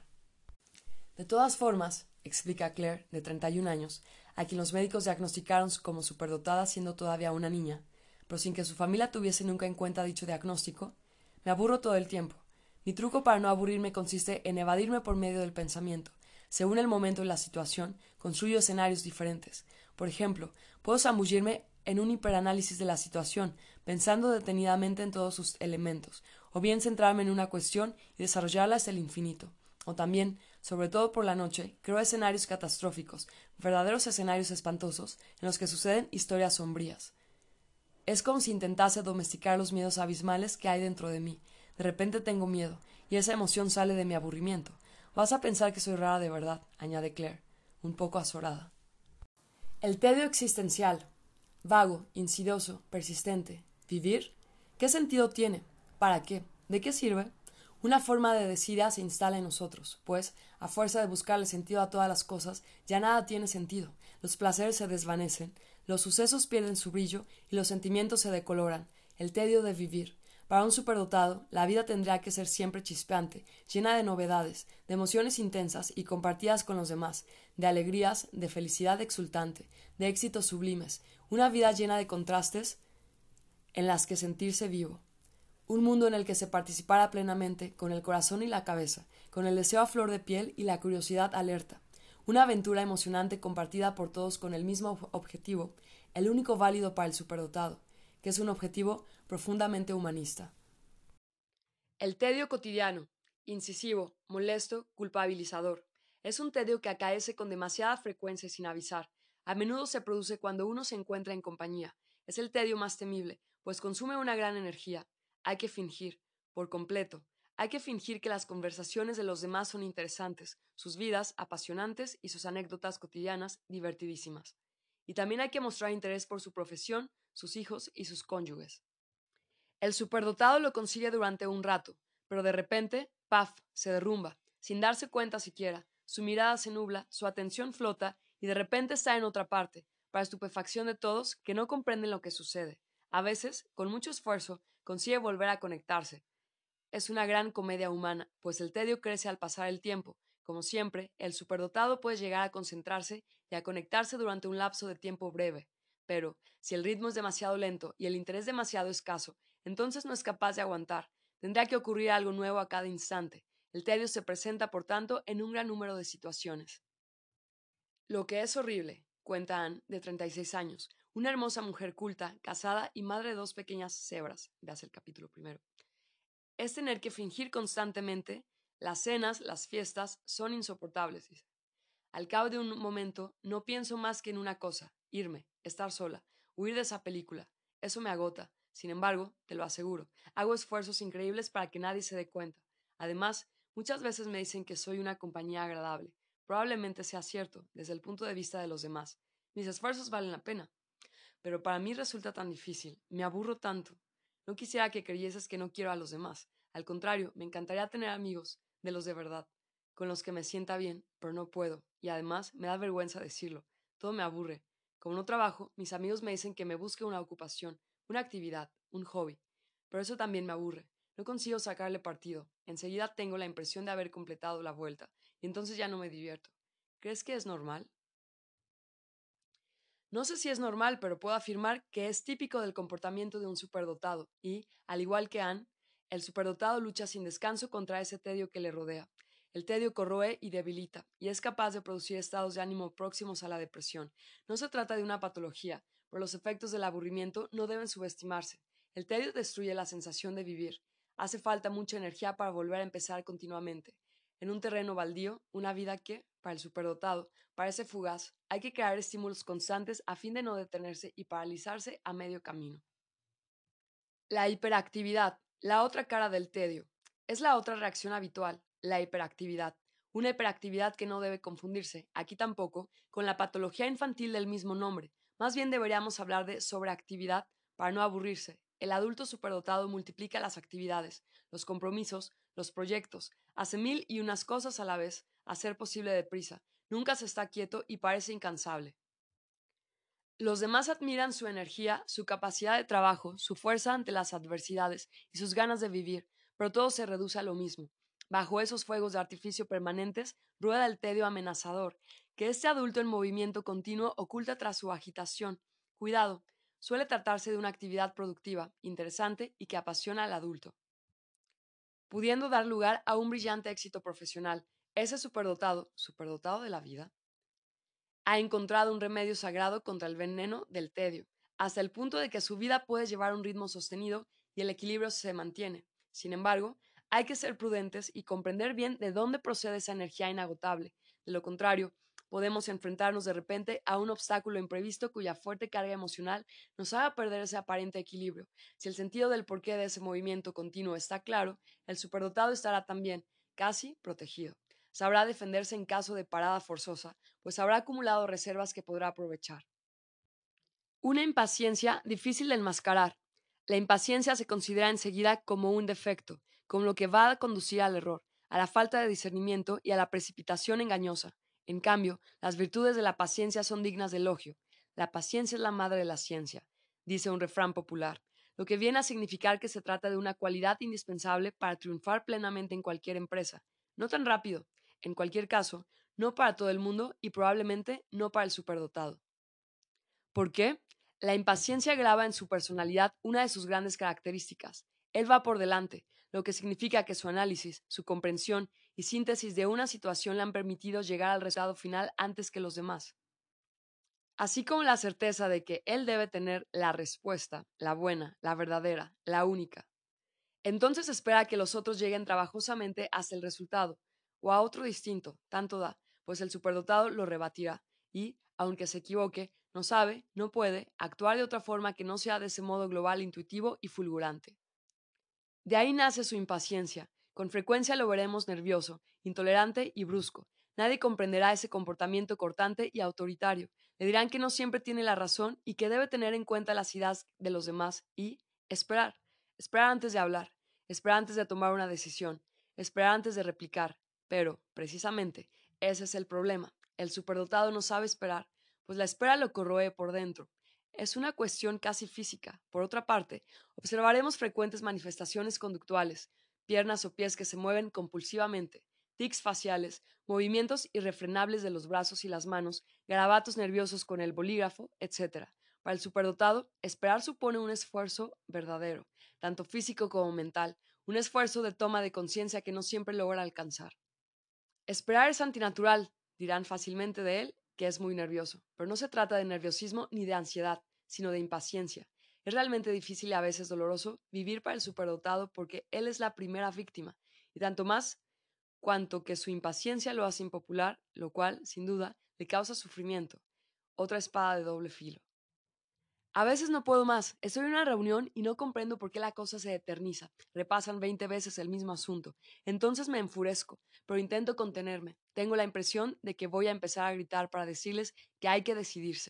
De todas formas, explica Claire, de 31 años, a quien los médicos diagnosticaron como superdotada siendo todavía una niña, pero sin que su familia tuviese nunca en cuenta dicho diagnóstico, me aburro todo el tiempo. Mi truco para no aburrirme consiste en evadirme por medio del pensamiento. Según el momento y la situación, construyo escenarios diferentes. Por ejemplo, puedo zambullirme en un hiperanálisis de la situación, pensando detenidamente en todos sus elementos, o bien centrarme en una cuestión y desarrollarla hasta el infinito. O también, sobre todo por la noche, creo escenarios catastróficos, verdaderos escenarios espantosos, en los que suceden historias sombrías. Es como si intentase domesticar los miedos abismales que hay dentro de mí. De repente tengo miedo, y esa emoción sale de mi aburrimiento. Vas a pensar que soy rara de verdad, añade Claire, un poco azorada. El tedio existencial, vago, insidioso, persistente. ¿Vivir? ¿Qué sentido tiene? ¿Para qué? ¿De qué sirve? Una forma de desidia se instala en nosotros, pues, a fuerza de buscarle sentido a todas las cosas, ya nada tiene sentido, los placeres se desvanecen, los sucesos pierden su brillo y los sentimientos se decoloran, el tedio de vivir. Para un superdotado, la vida tendría que ser siempre chispeante, llena de novedades, de emociones intensas y compartidas con los demás, de alegrías, de felicidad exultante, de éxitos sublimes, una vida llena de contrastes en las que sentirse vivo. Un mundo en el que se participara plenamente, con el corazón y la cabeza, con el deseo a flor de piel y la curiosidad alerta. Una aventura emocionante compartida por todos con el mismo objetivo, el único válido para el superdotado, que es un objetivo profundamente humanista. El tedio cotidiano, incisivo, molesto, culpabilizador. Es un tedio que acaece con demasiada frecuencia y sin avisar. A menudo se produce cuando uno se encuentra en compañía. Es el tedio más temible, pues consume una gran energía. Hay que fingir, por completo. Hay que fingir que las conversaciones de los demás son interesantes, sus vidas apasionantes y sus anécdotas cotidianas divertidísimas. Y también hay que mostrar interés por su profesión, sus hijos y sus cónyuges. El superdotado lo consigue durante un rato, pero de repente, ¡paf!, se derrumba, sin darse cuenta siquiera. Su mirada se nubla, su atención flota y de repente está en otra parte, para estupefacción de todos que no comprenden lo que sucede. A veces, con mucho esfuerzo, consigue volver a conectarse. Es una gran comedia humana, pues el tedio crece al pasar el tiempo. Como siempre, el superdotado puede llegar a concentrarse y a conectarse durante un lapso de tiempo breve. Pero, si el ritmo es demasiado lento y el interés demasiado escaso, entonces no es capaz de aguantar. Tendrá que ocurrir algo nuevo a cada instante. El tedio se presenta, por tanto, en un gran número de situaciones. Lo que es horrible, cuenta Anne, de 36 años, una hermosa mujer culta, casada y madre de dos pequeñas cebras, veas el capítulo primero, es tener que fingir constantemente. Las cenas, las fiestas, son insoportables, dice. Al cabo de un momento, no pienso más que en una cosa: irme, estar sola, huir de esa película. Eso me agota. Sin embargo, te lo aseguro, hago esfuerzos increíbles para que nadie se dé cuenta. Además, muchas veces me dicen que soy una compañía agradable. Probablemente sea cierto, desde el punto de vista de los demás. Mis esfuerzos valen la pena. Pero para mí resulta tan difícil. Me aburro tanto. No quisiera que creyeses que no quiero a los demás. Al contrario, me encantaría tener amigos, de los de verdad, con los que me sienta bien, pero no puedo, y además me da vergüenza decirlo. Todo me aburre. Como no trabajo, mis amigos me dicen que me busque una ocupación, una actividad, un hobby. Pero eso también me aburre. No consigo sacarle partido. Enseguida tengo la impresión de haber completado la vuelta, y entonces ya no me divierto. ¿Crees que es normal? No sé si es normal, pero puedo afirmar que es típico del comportamiento de un superdotado y, al igual que Anne, el superdotado lucha sin descanso contra ese tedio que le rodea. El tedio corroe y debilita, y es capaz de producir estados de ánimo próximos a la depresión. No se trata de una patología, pero los efectos del aburrimiento no deben subestimarse. El tedio destruye la sensación de vivir. Hace falta mucha energía para volver a empezar continuamente. En un terreno baldío, una vida que, para el superdotado, parece fugaz. Hay que crear estímulos constantes a fin de no detenerse y paralizarse a medio camino. La hiperactividad, la otra cara del tedio, es la otra reacción habitual, la hiperactividad. Una hiperactividad que no debe confundirse, aquí tampoco, con la patología infantil del mismo nombre. Más bien deberíamos hablar de sobreactividad para no aburrirse. El adulto superdotado multiplica las actividades, los compromisos, los proyectos, hace mil y unas cosas a la vez, a ser posible deprisa. Nunca se está quieto y parece incansable. Los demás admiran su energía, su capacidad de trabajo, su fuerza ante las adversidades y sus ganas de vivir, pero todo se reduce a lo mismo. Bajo esos fuegos de artificio permanentes rueda el tedio amenazador, que este adulto en movimiento continuo oculta tras su agitación. Cuidado, suele tratarse de una actividad productiva, interesante y que apasiona al adulto, pudiendo dar lugar a un brillante éxito profesional. Ese superdotado de la vida, ha encontrado un remedio sagrado contra el veneno del tedio, hasta el punto de que su vida puede llevar un ritmo sostenido y el equilibrio se mantiene. Sin embargo, hay que ser prudentes y comprender bien de dónde procede esa energía inagotable. De lo contrario, podemos enfrentarnos de repente a un obstáculo imprevisto cuya fuerte carga emocional nos haga perder ese aparente equilibrio. Si el sentido del porqué de ese movimiento continuo está claro, el superdotado estará también casi protegido. Sabrá defenderse en caso de parada forzosa, pues habrá acumulado reservas que podrá aprovechar. Una impaciencia difícil de enmascarar. La impaciencia se considera enseguida como un defecto, como lo que va a conducir al error, a la falta de discernimiento y a la precipitación engañosa. En cambio, las virtudes de la paciencia son dignas de elogio. La paciencia es la madre de la ciencia, dice un refrán popular, lo que viene a significar que se trata de una cualidad indispensable para triunfar plenamente en cualquier empresa. No tan rápido, en cualquier caso, no para todo el mundo y probablemente no para el superdotado. ¿Por qué? La impaciencia graba en su personalidad una de sus grandes características. Él va por delante, lo que significa que su análisis, su comprensión y síntesis de una situación le han permitido llegar al resultado final antes que los demás. Así como la certeza de que él debe tener la respuesta, la buena, la verdadera, la única. Entonces espera que los otros lleguen trabajosamente hasta el resultado, o a otro distinto, tanto da, pues el superdotado lo rebatirá, y, aunque se equivoque, no sabe, no puede, actuar de otra forma que no sea de ese modo global, intuitivo y fulgurante. De ahí nace su impaciencia. Con frecuencia lo veremos nervioso, intolerante y brusco. Nadie comprenderá ese comportamiento cortante y autoritario. Le dirán que no siempre tiene la razón y que debe tener en cuenta las ideas de los demás y esperar. Esperar antes de hablar. Esperar antes de tomar una decisión. Esperar antes de replicar. Pero, precisamente, ese es el problema. El superdotado no sabe esperar, pues la espera lo corroe por dentro. Es una cuestión casi física. Por otra parte, observaremos frecuentes manifestaciones conductuales, piernas o pies que se mueven compulsivamente, tics faciales, movimientos irrefrenables de los brazos y las manos, garabatos nerviosos con el bolígrafo, etc. Para el superdotado, esperar supone un esfuerzo verdadero, tanto físico como mental, un esfuerzo de toma de conciencia que no siempre logra alcanzar. Esperar es antinatural, dirán fácilmente de él que es muy nervioso, pero no se trata de nerviosismo ni de ansiedad, sino de impaciencia. Es realmente difícil y a veces doloroso vivir para el superdotado porque él es la primera víctima, y tanto más cuanto que su impaciencia lo hace impopular, lo cual, sin duda, le causa sufrimiento. Otra espada de doble filo. A veces no puedo más. Estoy en una reunión y no comprendo por qué la cosa se eterniza. Repasan 20 veces el mismo asunto. Entonces me enfurezco, pero intento contenerme. Tengo la impresión de que voy a empezar a gritar para decirles que hay que decidirse.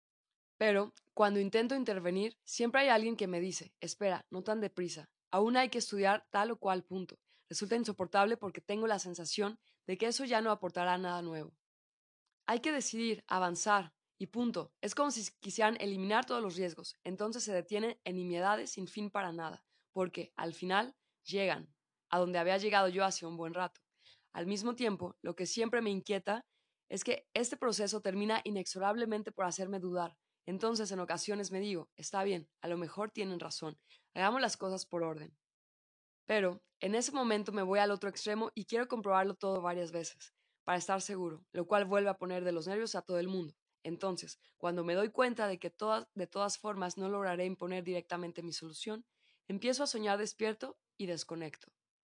Pero, cuando intento intervenir, siempre hay alguien que me dice, espera, no tan deprisa. Aún hay que estudiar tal o cual punto. Resulta insoportable porque tengo la sensación de que eso ya no aportará nada nuevo. Hay que decidir, avanzar, y punto. Es como si quisieran eliminar todos los riesgos. Entonces se detienen en nimiedades sin fin para nada, porque, al final, llegan, a donde había llegado yo hace un buen rato. Al mismo tiempo, lo que siempre me inquieta es que este proceso termina inexorablemente por hacerme dudar. Entonces, en ocasiones me digo, está bien, a lo mejor tienen razón, hagamos las cosas por orden. Pero, en ese momento me voy al otro extremo y quiero comprobarlo todo varias veces para estar seguro, lo cual vuelve a poner de los nervios a todo el mundo. Entonces, cuando me doy cuenta de que de todas formas no lograré imponer directamente mi solución, empiezo a soñar despierto y desconecto.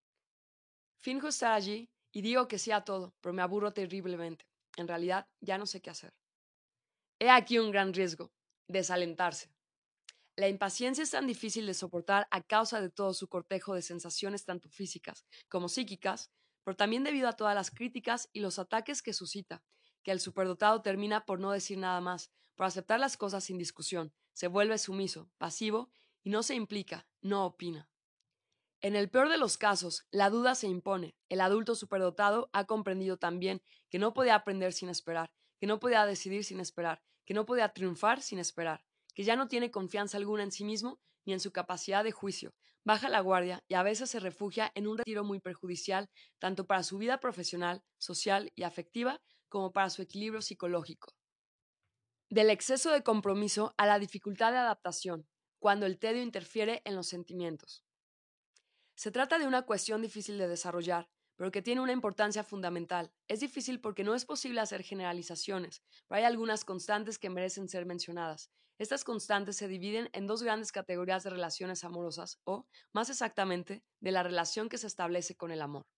Finjo estar allí y digo que sí a todo, pero me aburro terriblemente. En realidad, ya no sé qué hacer. He aquí un gran riesgo, desalentarse. La impaciencia es tan difícil de soportar a causa de todo su cortejo de sensaciones tanto físicas como psíquicas, pero también debido a todas las críticas y los ataques que suscita, que el superdotado termina por no decir nada más, por aceptar las cosas sin discusión, se vuelve sumiso, pasivo y no se implica, no opina. En el peor de los casos, la duda se impone. El adulto superdotado ha comprendido también que no podía aprender sin esperar, que no podía decidir sin esperar, que no podía triunfar sin esperar, que ya no tiene confianza alguna en sí mismo ni en su capacidad de juicio. Baja la guardia y a veces se refugia en un retiro muy perjudicial tanto para su vida profesional, social y afectiva como para su equilibrio psicológico. Del exceso de compromiso a la dificultad de adaptación, cuando el tedio interfiere en los sentimientos. Se trata de una cuestión difícil de desarrollar, pero que tiene una importancia fundamental. Es difícil porque no es posible hacer generalizaciones, pero hay algunas constantes que merecen ser mencionadas. Estas constantes se dividen en dos grandes categorías de relaciones amorosas, o, más exactamente, de la relación que se establece con el amor.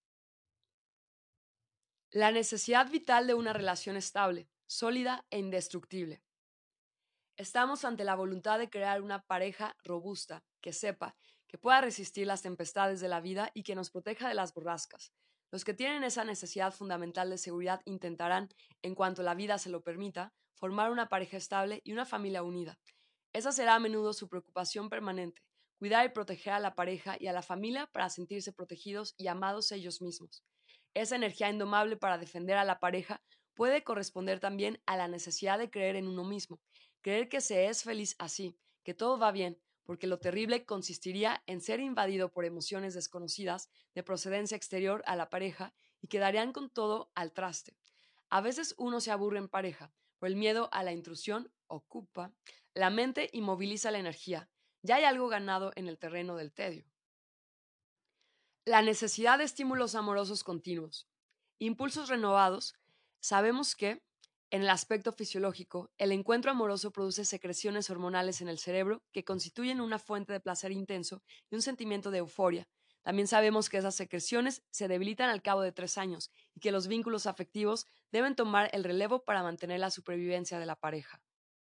La necesidad vital de una relación estable, sólida e indestructible. Estamos ante la voluntad de crear una pareja robusta, que sepa, que pueda resistir las tempestades de la vida y que nos proteja de las borrascas. Los que tienen esa necesidad fundamental de seguridad intentarán, en cuanto la vida se lo permita, formar una pareja estable y una familia unida. Esa será a menudo su preocupación permanente, cuidar y proteger a la pareja y a la familia para sentirse protegidos y amados ellos mismos. Esa energía indomable para defender a la pareja puede corresponder también a la necesidad de creer en uno mismo, creer que se es feliz así, que todo va bien, porque lo terrible consistiría en ser invadido por emociones desconocidas de procedencia exterior a la pareja y quedarían con todo al traste. A veces uno se aburre en pareja, por el miedo a la intrusión ocupa la mente y moviliza la energía. Ya hay algo ganado en el terreno del tedio. La necesidad de estímulos amorosos continuos. Impulsos renovados. Sabemos que, en el aspecto fisiológico, el encuentro amoroso produce secreciones hormonales en el cerebro que constituyen una fuente de placer intenso y un sentimiento de euforia. También sabemos que esas secreciones se debilitan al cabo de 3 años y que los vínculos afectivos deben tomar el relevo para mantener la supervivencia de la pareja.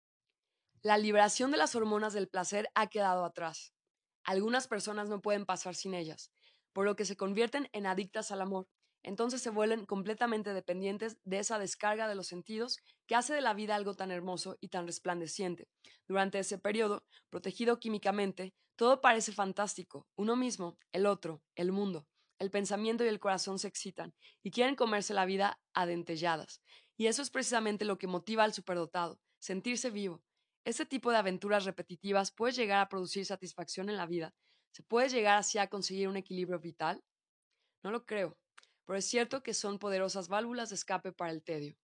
La liberación de las hormonas del placer ha quedado atrás. Algunas personas no pueden pasar sin ellas, por lo que se convierten en adictas al amor. Entonces se vuelven completamente dependientes de esa descarga de los sentidos que hace de la vida algo tan hermoso y tan resplandeciente. Durante ese periodo, protegido químicamente, todo parece fantástico. Uno mismo, el otro, el mundo, el pensamiento y el corazón se excitan y quieren comerse la vida a dentelladas. Y eso es precisamente lo que motiva al superdotado, sentirse vivo. Este tipo de aventuras repetitivas puede llegar a producir satisfacción en la vida. ¿Se puede llegar así a conseguir un equilibrio vital? No lo creo, pero es cierto que son poderosas válvulas de escape para el tedio.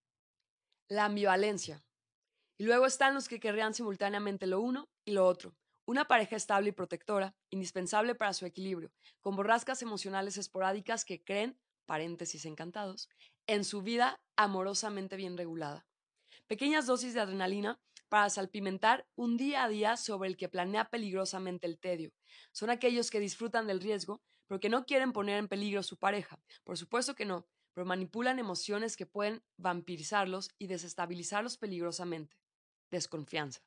La ambivalencia. Y luego están los que querrían simultáneamente lo uno y lo otro. Una pareja estable y protectora, indispensable para su equilibrio, con borrascas emocionales esporádicas que creen, paréntesis encantados, en su vida amorosamente bien regulada. Pequeñas dosis de adrenalina para salpimentar un día a día sobre el que planea peligrosamente el tedio. Son aquellos que disfrutan del riesgo, pero que no quieren poner en peligro su pareja. Por supuesto que no, pero manipulan emociones que pueden vampirizarlos y desestabilizarlos peligrosamente. Desconfianza.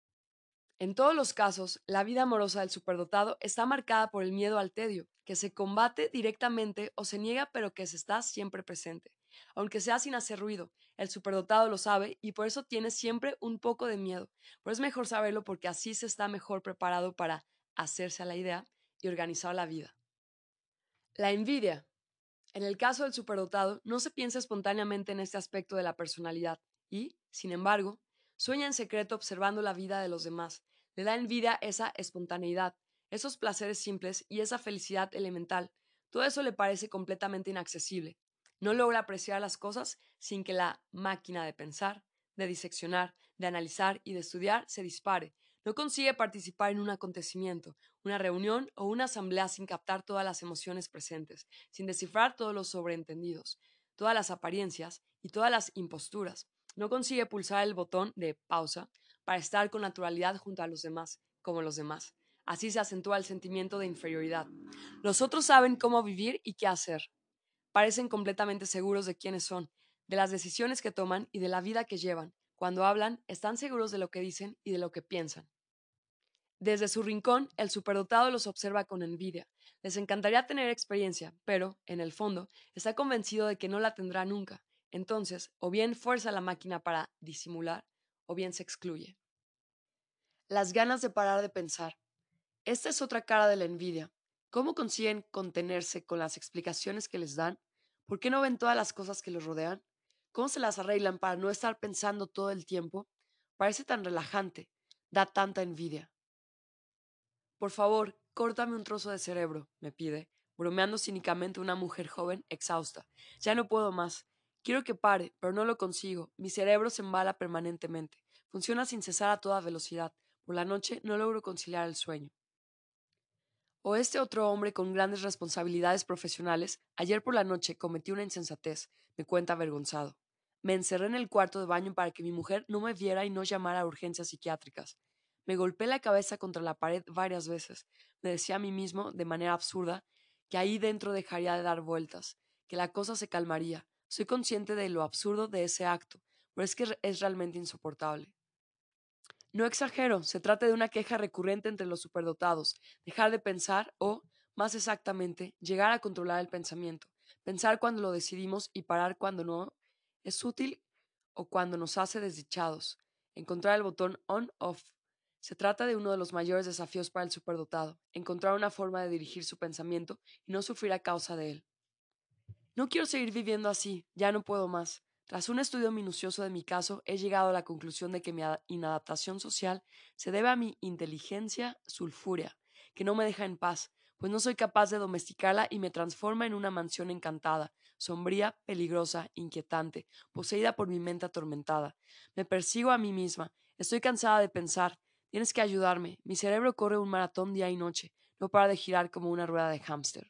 En todos los casos, la vida amorosa del superdotado está marcada por el miedo al tedio, que se combate directamente o se niega pero que se está siempre presente. Aunque sea sin hacer ruido, el superdotado lo sabe y por eso tiene siempre un poco de miedo. Pero es mejor saberlo porque así se está mejor preparado para hacerse a la idea y organizar la vida. La envidia. En el caso del superdotado, no se piensa espontáneamente en este aspecto de la personalidad y, sin embargo, sueña en secreto observando la vida de los demás. Le da envidia esa espontaneidad, esos placeres simples y esa felicidad elemental. Todo eso le parece completamente inaccesible. No logra apreciar las cosas sin que la máquina de pensar, de diseccionar, de analizar y de estudiar se dispare. No consigue participar en un acontecimiento, una reunión o una asamblea sin captar todas las emociones presentes, sin descifrar todos los sobreentendidos, todas las apariencias y todas las imposturas. No consigue pulsar el botón de pausa para estar con naturalidad junto a los demás, como los demás. Así se acentúa el sentimiento de inferioridad. Los otros saben cómo vivir y qué hacer. Parecen completamente seguros de quiénes son, de las decisiones que toman y de la vida que llevan. Cuando hablan, están seguros de lo que dicen y de lo que piensan. Desde su rincón, el superdotado los observa con envidia. Les encantaría tener experiencia, pero, en el fondo, está convencido de que no la tendrá nunca. Entonces, o bien fuerza la máquina para disimular, o bien se excluye. Las ganas de parar de pensar. Esta es otra cara de la envidia. ¿Cómo consiguen contenerse con las explicaciones que les dan? ¿Por qué no ven todas las cosas que los rodean? ¿Cómo se las arreglan para no estar pensando todo el tiempo? Parece tan relajante. Da tanta envidia. Por favor, córtame un trozo de cerebro, me pide, bromeando cínicamente una mujer joven, exhausta. Ya no puedo más. Quiero que pare, pero no lo consigo. Mi cerebro se embala permanentemente. Funciona sin cesar a toda velocidad. Por la noche no logro conciliar el sueño. O este otro hombre con grandes responsabilidades profesionales, ayer por la noche cometió una insensatez, me cuenta avergonzado. Me encerré en el cuarto de baño para que mi mujer no me viera y no llamara a urgencias psiquiátricas. Me golpeé la cabeza contra la pared varias veces. Me decía a mí mismo, de manera absurda, que ahí dentro dejaría de dar vueltas, que la cosa se calmaría. Soy consciente de lo absurdo de ese acto, pero es que es realmente insoportable. No exagero, se trata de una queja recurrente entre los superdotados, dejar de pensar o, más exactamente, llegar a controlar el pensamiento, pensar cuando lo decidimos y parar cuando no es útil o cuando nos hace desdichados, encontrar el botón on-off. Se trata de uno de los mayores desafíos para el superdotado, encontrar una forma de dirigir su pensamiento y no sufrir a causa de él. No quiero seguir viviendo así, ya no puedo más. Tras un estudio minucioso de mi caso, he llegado a la conclusión de que mi inadaptación social se debe a mi inteligencia sulfúrea, que no me deja en paz, pues no soy capaz de domesticarla y me transforma en una mansión encantada, sombría, peligrosa, inquietante, poseída por mi mente atormentada. Me persigo a mí misma, estoy cansada de pensar. Tienes que ayudarme. Mi cerebro corre un maratón día y noche, no para de girar como una rueda de hámster.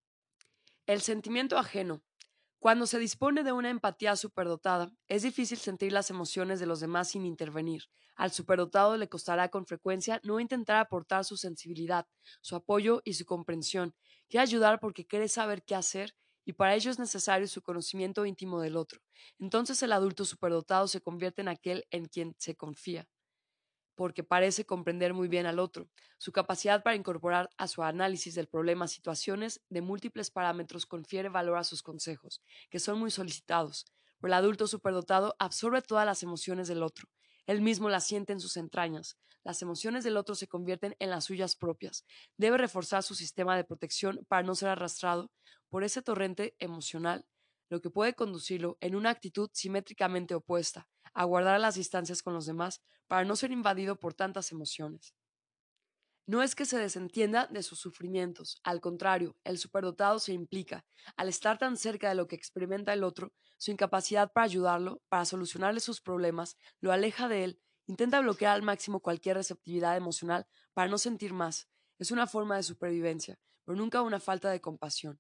El sentimiento ajeno. Cuando se dispone de una empatía superdotada, es difícil sentir las emociones de los demás sin intervenir. Al superdotado le costará con frecuencia no intentar aportar su sensibilidad, su apoyo y su comprensión. Quiere ayudar porque quiere saber qué hacer y para ello es necesario su conocimiento íntimo del otro. Entonces el adulto superdotado se convierte en aquel en quien se confía porque parece comprender muy bien al otro. Su capacidad para incorporar a su análisis del problema situaciones de múltiples parámetros confiere valor a sus consejos, que son muy solicitados. Pero el adulto superdotado absorbe todas las emociones del otro. Él mismo las siente en sus entrañas. Las emociones del otro se convierten en las suyas propias. Debe reforzar su sistema de protección para no ser arrastrado por ese torrente emocional, lo que puede conducirlo en una actitud simétricamente opuesta, a guardar las distancias con los demás para no ser invadido por tantas emociones. No es que se desentienda de sus sufrimientos, al contrario, el superdotado se implica. Al estar tan cerca de lo que experimenta el otro, su incapacidad para ayudarlo, para solucionarle sus problemas, lo aleja de él, intenta bloquear al máximo cualquier receptividad emocional para no sentir más. Es una forma de supervivencia, pero nunca una falta de compasión.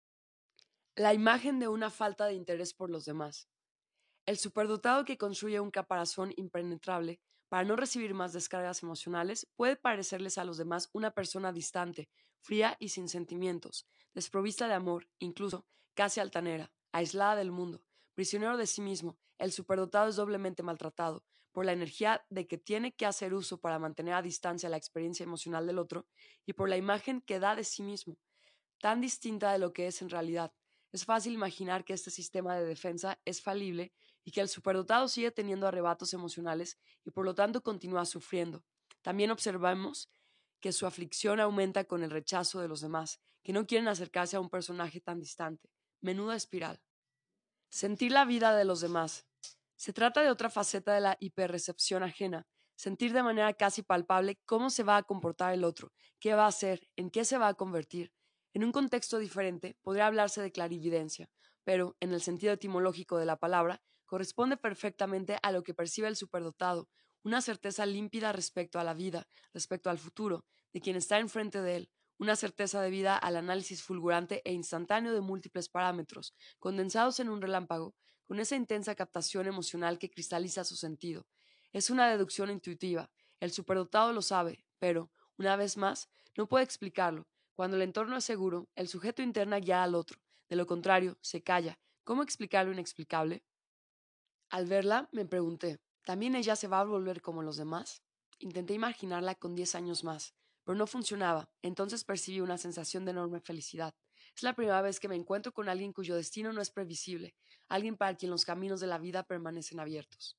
La imagen de una falta de interés por los demás. El superdotado que construye un caparazón impenetrable para no recibir más descargas emocionales puede parecerles a los demás una persona distante, fría y sin sentimientos, desprovista de amor, incluso casi altanera, aislada del mundo, prisionero de sí mismo. El superdotado es doblemente maltratado por la energía de que tiene que hacer uso para mantener a distancia la experiencia emocional del otro y por la imagen que da de sí mismo, tan distinta de lo que es en realidad. Es fácil imaginar que este sistema de defensa es falible y que el superdotado sigue teniendo arrebatos emocionales y por lo tanto continúa sufriendo. También observamos que su aflicción aumenta con el rechazo de los demás, que no quieren acercarse a un personaje tan distante. Menuda espiral. Sentir la vida de los demás. Se trata de otra faceta de la hiperrecepción ajena, sentir de manera casi palpable cómo se va a comportar el otro, qué va a hacer, en qué se va a convertir. En un contexto diferente podría hablarse de clarividencia, pero, en el sentido etimológico de la palabra, corresponde perfectamente a lo que percibe el superdotado, una certeza límpida respecto a la vida, respecto al futuro, de quien está enfrente de él, una certeza debida al análisis fulgurante e instantáneo de múltiples parámetros, condensados en un relámpago, con esa intensa captación emocional que cristaliza su sentido. Es una deducción intuitiva. El superdotado lo sabe, pero, una vez más, no puede explicarlo. Cuando el entorno es seguro, el sujeto interna guía al otro. De lo contrario, se calla. ¿Cómo explicar lo inexplicable? Al verla, me pregunté, ¿también ella se va a volver como los demás? Intenté imaginarla con 10 años más, pero no funcionaba. Entonces percibí una sensación de enorme felicidad. Es la primera vez que me encuentro con alguien cuyo destino no es previsible, alguien para quien los caminos de la vida permanecen abiertos.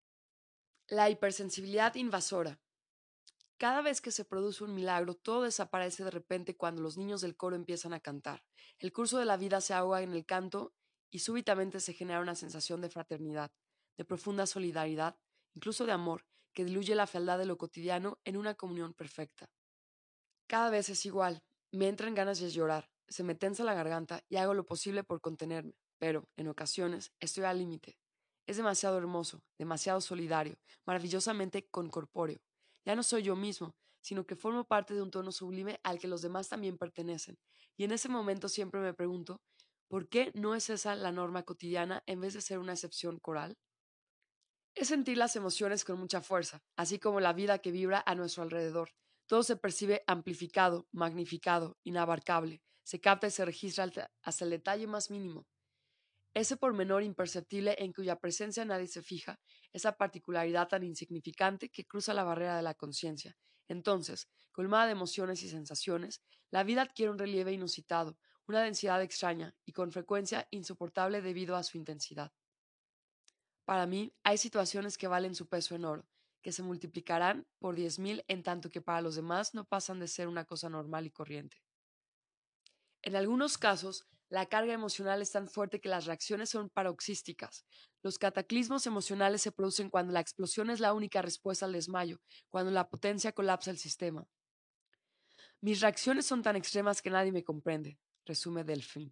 La hipersensibilidad invasora. Cada vez que se produce un milagro, todo desaparece de repente cuando los niños del coro empiezan a cantar. El curso de la vida se ahoga en el canto y súbitamente se genera una sensación de fraternidad, de profunda solidaridad, incluso de amor, que diluye la fealdad de lo cotidiano en una comunión perfecta. Cada vez es igual, me entran ganas de llorar, se me tensa la garganta y hago lo posible por contenerme, pero, en ocasiones, estoy al límite. Es demasiado hermoso, demasiado solidario, maravillosamente concorpóreo. Ya no soy yo mismo, sino que formo parte de un tono sublime al que los demás también pertenecen. Y en ese momento siempre me pregunto, ¿por qué no es esa la norma cotidiana en vez de ser una excepción coral? Es sentir las emociones con mucha fuerza, así como la vida que vibra a nuestro alrededor. Todo se percibe amplificado, magnificado, inabarcable, se capta y se registra hasta el detalle más mínimo. Ese pormenor imperceptible en cuya presencia nadie se fija, esa particularidad tan insignificante que cruza la barrera de la conciencia. Entonces, colmada de emociones y sensaciones, la vida adquiere un relieve inusitado, una densidad extraña y con frecuencia insoportable debido a su intensidad. Para mí, hay situaciones que valen su peso en oro, que se multiplicarán por 10.000 en tanto que para los demás no pasan de ser una cosa normal y corriente. En algunos casos, la carga emocional es tan fuerte que las reacciones son paroxísticas. Los cataclismos emocionales se producen cuando la explosión es la única respuesta al desmayo, cuando la potencia colapsa el sistema. Mis reacciones son tan extremas que nadie me comprende, resume Delphine.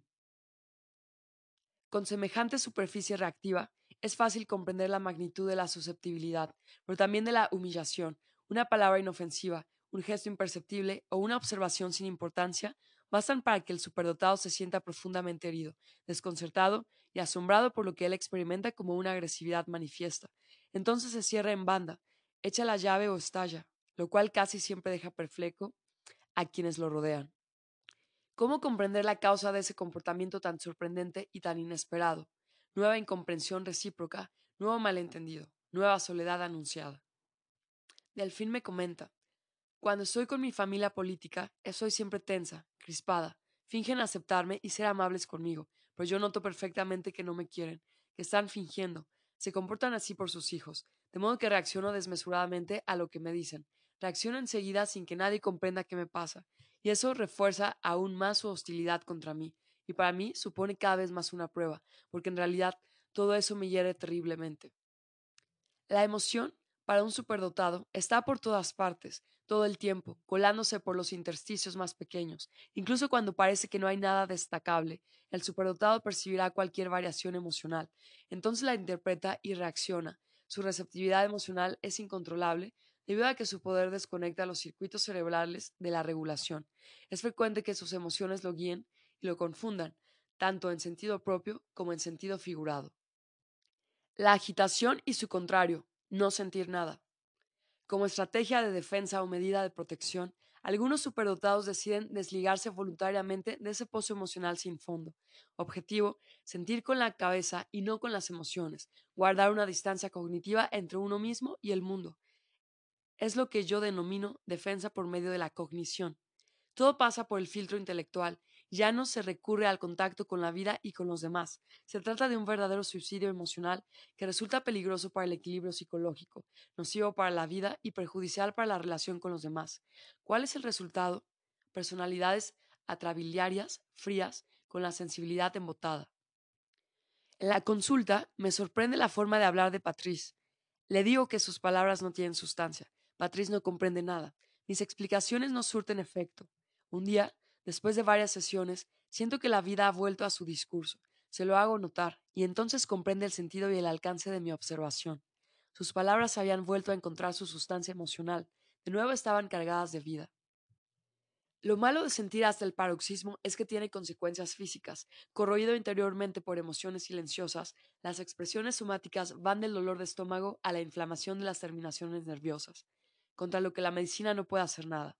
Con semejante superficie reactiva, es fácil comprender la magnitud de la susceptibilidad, pero también de la humillación. Una palabra inofensiva, un gesto imperceptible o una observación sin importancia bastan para que el superdotado se sienta profundamente herido, desconcertado y asombrado por lo que él experimenta como una agresividad manifiesta. Entonces se cierra en banda, echa la llave o estalla, lo cual casi siempre deja perplejo a quienes lo rodean. ¿Cómo comprender la causa de ese comportamiento tan sorprendente y tan inesperado? Nueva incomprensión recíproca, nuevo malentendido, nueva soledad anunciada. Delfín me comenta, cuando estoy con mi familia política, estoy siempre tensa, crispada. Fingen aceptarme y ser amables conmigo, pero yo noto perfectamente que no me quieren, que están fingiendo. Se comportan así por sus hijos, de modo que reacciono desmesuradamente a lo que me dicen. Reacciono enseguida sin que nadie comprenda qué me pasa, y eso refuerza aún más su hostilidad contra mí, y para mí supone cada vez más una prueba, porque en realidad todo eso me hiere terriblemente. La emoción, para un superdotado, está por todas partes, todo el tiempo, colándose por los intersticios más pequeños. Incluso cuando parece que no hay nada destacable, el superdotado percibirá cualquier variación emocional. Entonces la interpreta y reacciona. Su receptividad emocional es incontrolable debido a que su poder desconecta los circuitos cerebrales de la regulación. Es frecuente que sus emociones lo guíen y lo confundan, tanto en sentido propio como en sentido figurado. La agitación y su contrario, no sentir nada. Como estrategia de defensa o medida de protección, algunos superdotados deciden desligarse voluntariamente de ese pozo emocional sin fondo. Objetivo, sentir con la cabeza y no con las emociones, guardar una distancia cognitiva entre uno mismo y el mundo. Es lo que yo denomino defensa por medio de la cognición. Todo pasa por el filtro intelectual, ya no se recurre al contacto con la vida y con los demás. Se trata de un verdadero suicidio emocional que resulta peligroso para el equilibrio psicológico, nocivo para la vida y perjudicial para la relación con los demás. ¿Cuál es el resultado? Personalidades atrabiliarias, frías, con la sensibilidad embotada. En la consulta me sorprende la forma de hablar de Patrice. Le digo que sus palabras no tienen sustancia. Patrice no comprende nada. Mis explicaciones no surten efecto. Un día, después de varias sesiones, siento que la vida ha vuelto a su discurso. Se lo hago notar, y entonces comprende el sentido y el alcance de mi observación. Sus palabras habían vuelto a encontrar su sustancia emocional. De nuevo estaban cargadas de vida. Lo malo de sentir hasta el paroxismo es que tiene consecuencias físicas. Corroído interiormente por emociones silenciosas, las expresiones somáticas van del dolor de estómago a la inflamación de las terminaciones nerviosas, contra lo que la medicina no puede hacer nada.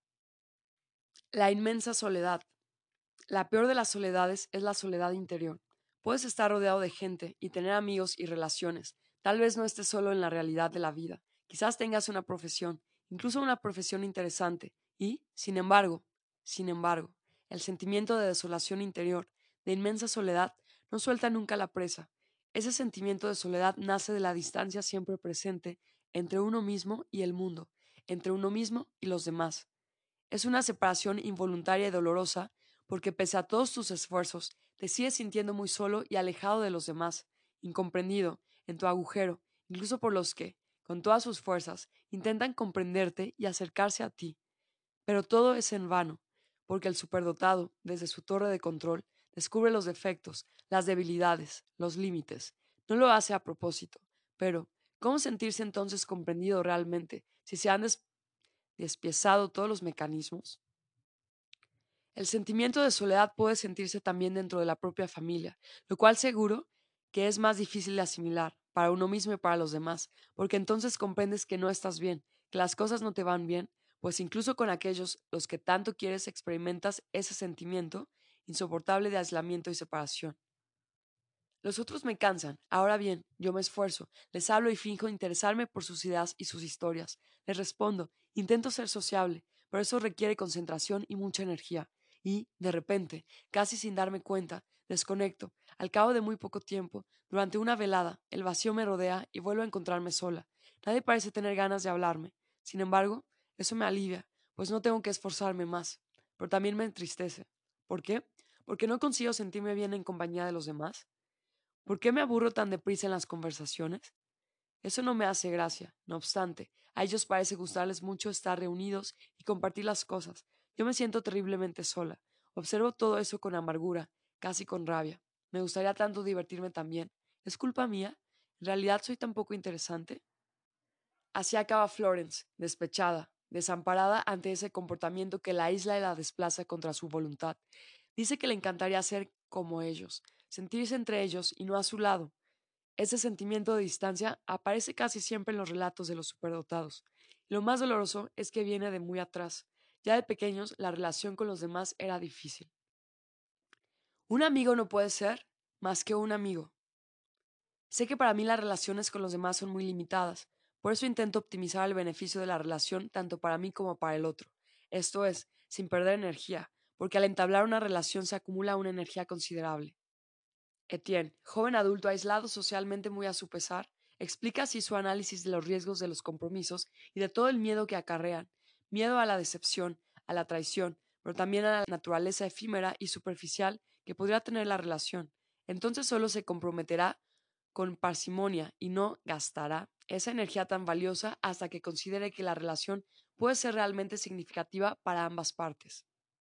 La inmensa soledad. La peor de las soledades es la soledad interior. Puedes estar rodeado de gente y tener amigos y relaciones. Tal vez no estés solo en la realidad de la vida. Quizás tengas una profesión, incluso una profesión interesante. Y, sin embargo, el sentimiento de desolación interior, de inmensa soledad, no suelta nunca la presa. Ese sentimiento de soledad nace de la distancia siempre presente entre uno mismo y el mundo, entre uno mismo y los demás. Es una separación involuntaria y dolorosa porque pese a todos tus esfuerzos, te sigues sintiendo muy solo y alejado de los demás, incomprendido, en tu agujero, incluso por los que, con todas sus fuerzas, intentan comprenderte y acercarse a ti. Pero todo es en vano, porque el superdotado, desde su torre de control, descubre los defectos, las debilidades, los límites. No lo hace a propósito, pero ¿cómo sentirse entonces comprendido realmente si se han despiezado todos los mecanismos. El sentimiento de soledad puede sentirse también dentro de la propia familia, lo cual seguro que es más difícil de asimilar para uno mismo y para los demás, porque entonces comprendes que no estás bien, que las cosas no te van bien, pues incluso con aquellos los que tanto quieres experimentas ese sentimiento insoportable de aislamiento y separación. Los otros me cansan. Ahora bien, yo me esfuerzo, les hablo y finjo interesarme por sus ideas y sus historias. Les respondo, intento ser sociable, pero eso requiere concentración y mucha energía. Y, de repente, casi sin darme cuenta, desconecto. Al cabo de muy poco tiempo, durante una velada, el vacío me rodea y vuelvo a encontrarme sola. Nadie parece tener ganas de hablarme. Sin embargo, eso me alivia, pues no tengo que esforzarme más. Pero también me entristece. ¿Por qué? Porque no consigo sentirme bien en compañía de los demás. ¿Por qué me aburro tan deprisa en las conversaciones? Eso no me hace gracia. No obstante, a ellos parece gustarles mucho estar reunidos y compartir las cosas. Yo me siento terriblemente sola. Observo todo eso con amargura, casi con rabia. Me gustaría tanto divertirme también. ¿Es culpa mía? ¿En realidad soy tan poco interesante? Así acaba Florence, despechada, desamparada ante ese comportamiento que la aísla y la desplaza contra su voluntad. Dice que le encantaría ser como ellos, sentirse entre ellos y no a su lado. Ese sentimiento de distancia aparece casi siempre en los relatos de los superdotados. Y lo más doloroso es que viene de muy atrás. Ya de pequeños, la relación con los demás era difícil. Un amigo no puede ser más que un amigo. Sé que para mí las relaciones con los demás son muy limitadas, por eso intento optimizar el beneficio de la relación tanto para mí como para el otro, esto es, sin perder energía, porque al entablar una relación se acumula una energía considerable. Etienne, joven adulto aislado socialmente muy a su pesar, explica así su análisis de los riesgos de los compromisos y de todo el miedo que acarrean, miedo a la decepción, a la traición, pero también a la naturaleza efímera y superficial que podría tener la relación. Entonces solo se comprometerá con parsimonia y no gastará esa energía tan valiosa hasta que considere que la relación puede ser realmente significativa para ambas partes.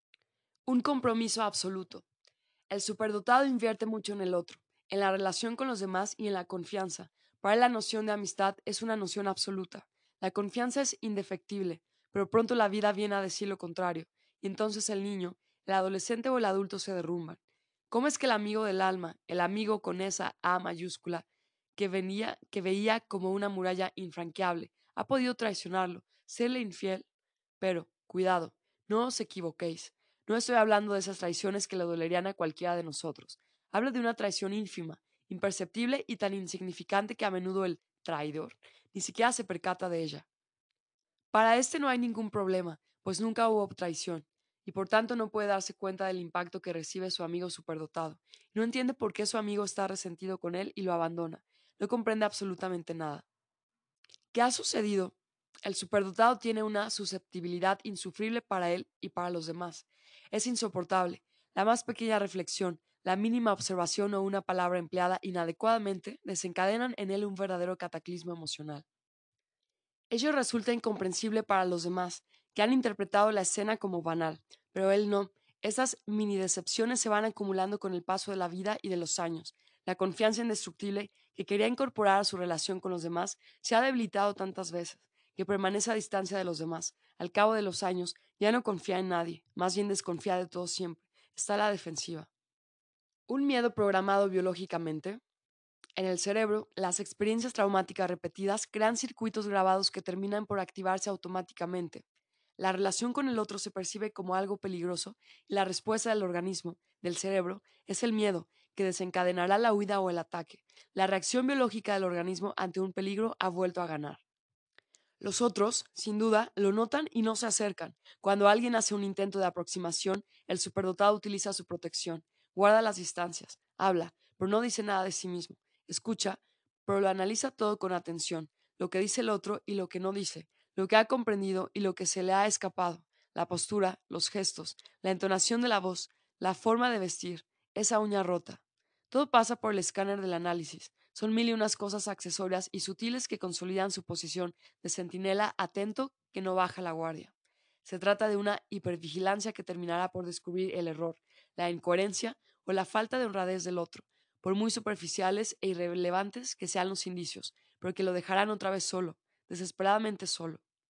Un compromiso absoluto. El superdotado invierte mucho en el otro, en la relación con los demás y en la confianza. Para él la noción de amistad es una noción absoluta. La confianza es indefectible, pero pronto la vida viene a decir lo contrario, y entonces el niño, el adolescente o el adulto se derrumban. ¿Cómo es que el amigo del alma, el amigo con esa A mayúscula, que veía como una muralla infranqueable, ha podido traicionarlo, serle infiel? Pero, cuidado, no os equivoquéis. No estoy hablando de esas traiciones que le dolerían a cualquiera de nosotros. Hablo de una traición ínfima, imperceptible y tan insignificante que a menudo el traidor ni siquiera se percata de ella. Para este no hay ningún problema, pues nunca hubo traición, y por tanto no puede darse cuenta del impacto que recibe su amigo superdotado. No entiende por qué su amigo está resentido con él y lo abandona. No comprende absolutamente nada. ¿Qué ha sucedido? El superdotado tiene una susceptibilidad insufrible para él y para los demás. Es insoportable. La más pequeña reflexión, la mínima observación o una palabra empleada inadecuadamente desencadenan en él un verdadero cataclismo emocional. Ello resulta incomprensible para los demás, que han interpretado la escena como banal, pero él no. Esas mini decepciones se van acumulando con el paso de la vida y de los años. La confianza indestructible que quería incorporar a su relación con los demás se ha debilitado tantas veces, que permanece a distancia de los demás. Al cabo de los años ya no confía en nadie, más bien desconfía de todo siempre. Está a la defensiva. Un miedo programado biológicamente. En el cerebro, las experiencias traumáticas repetidas crean circuitos grabados que terminan por activarse automáticamente. La relación con el otro se percibe como algo peligroso y la respuesta del organismo, del cerebro, es el miedo, que desencadenará la huida o el ataque. La reacción biológica del organismo ante un peligro ha vuelto a ganar. Los otros, sin duda, lo notan y no se acercan. Cuando alguien hace un intento de aproximación, el superdotado utiliza su protección, guarda las distancias, habla, pero no dice nada de sí mismo. Escucha, pero lo analiza todo con atención, lo que dice el otro y lo que no dice, lo que ha comprendido y lo que se le ha escapado, la postura, los gestos, la entonación de la voz, la forma de vestir, esa uña rota. Todo pasa por el escáner del análisis. Son mil y unas cosas accesorias y sutiles que consolidan su posición de centinela atento que no baja la guardia. Se trata de una hipervigilancia que terminará por descubrir el error, la incoherencia o la falta de honradez del otro, por muy superficiales e irrelevantes que sean los indicios, pero que lo dejarán otra vez solo, desesperadamente solo.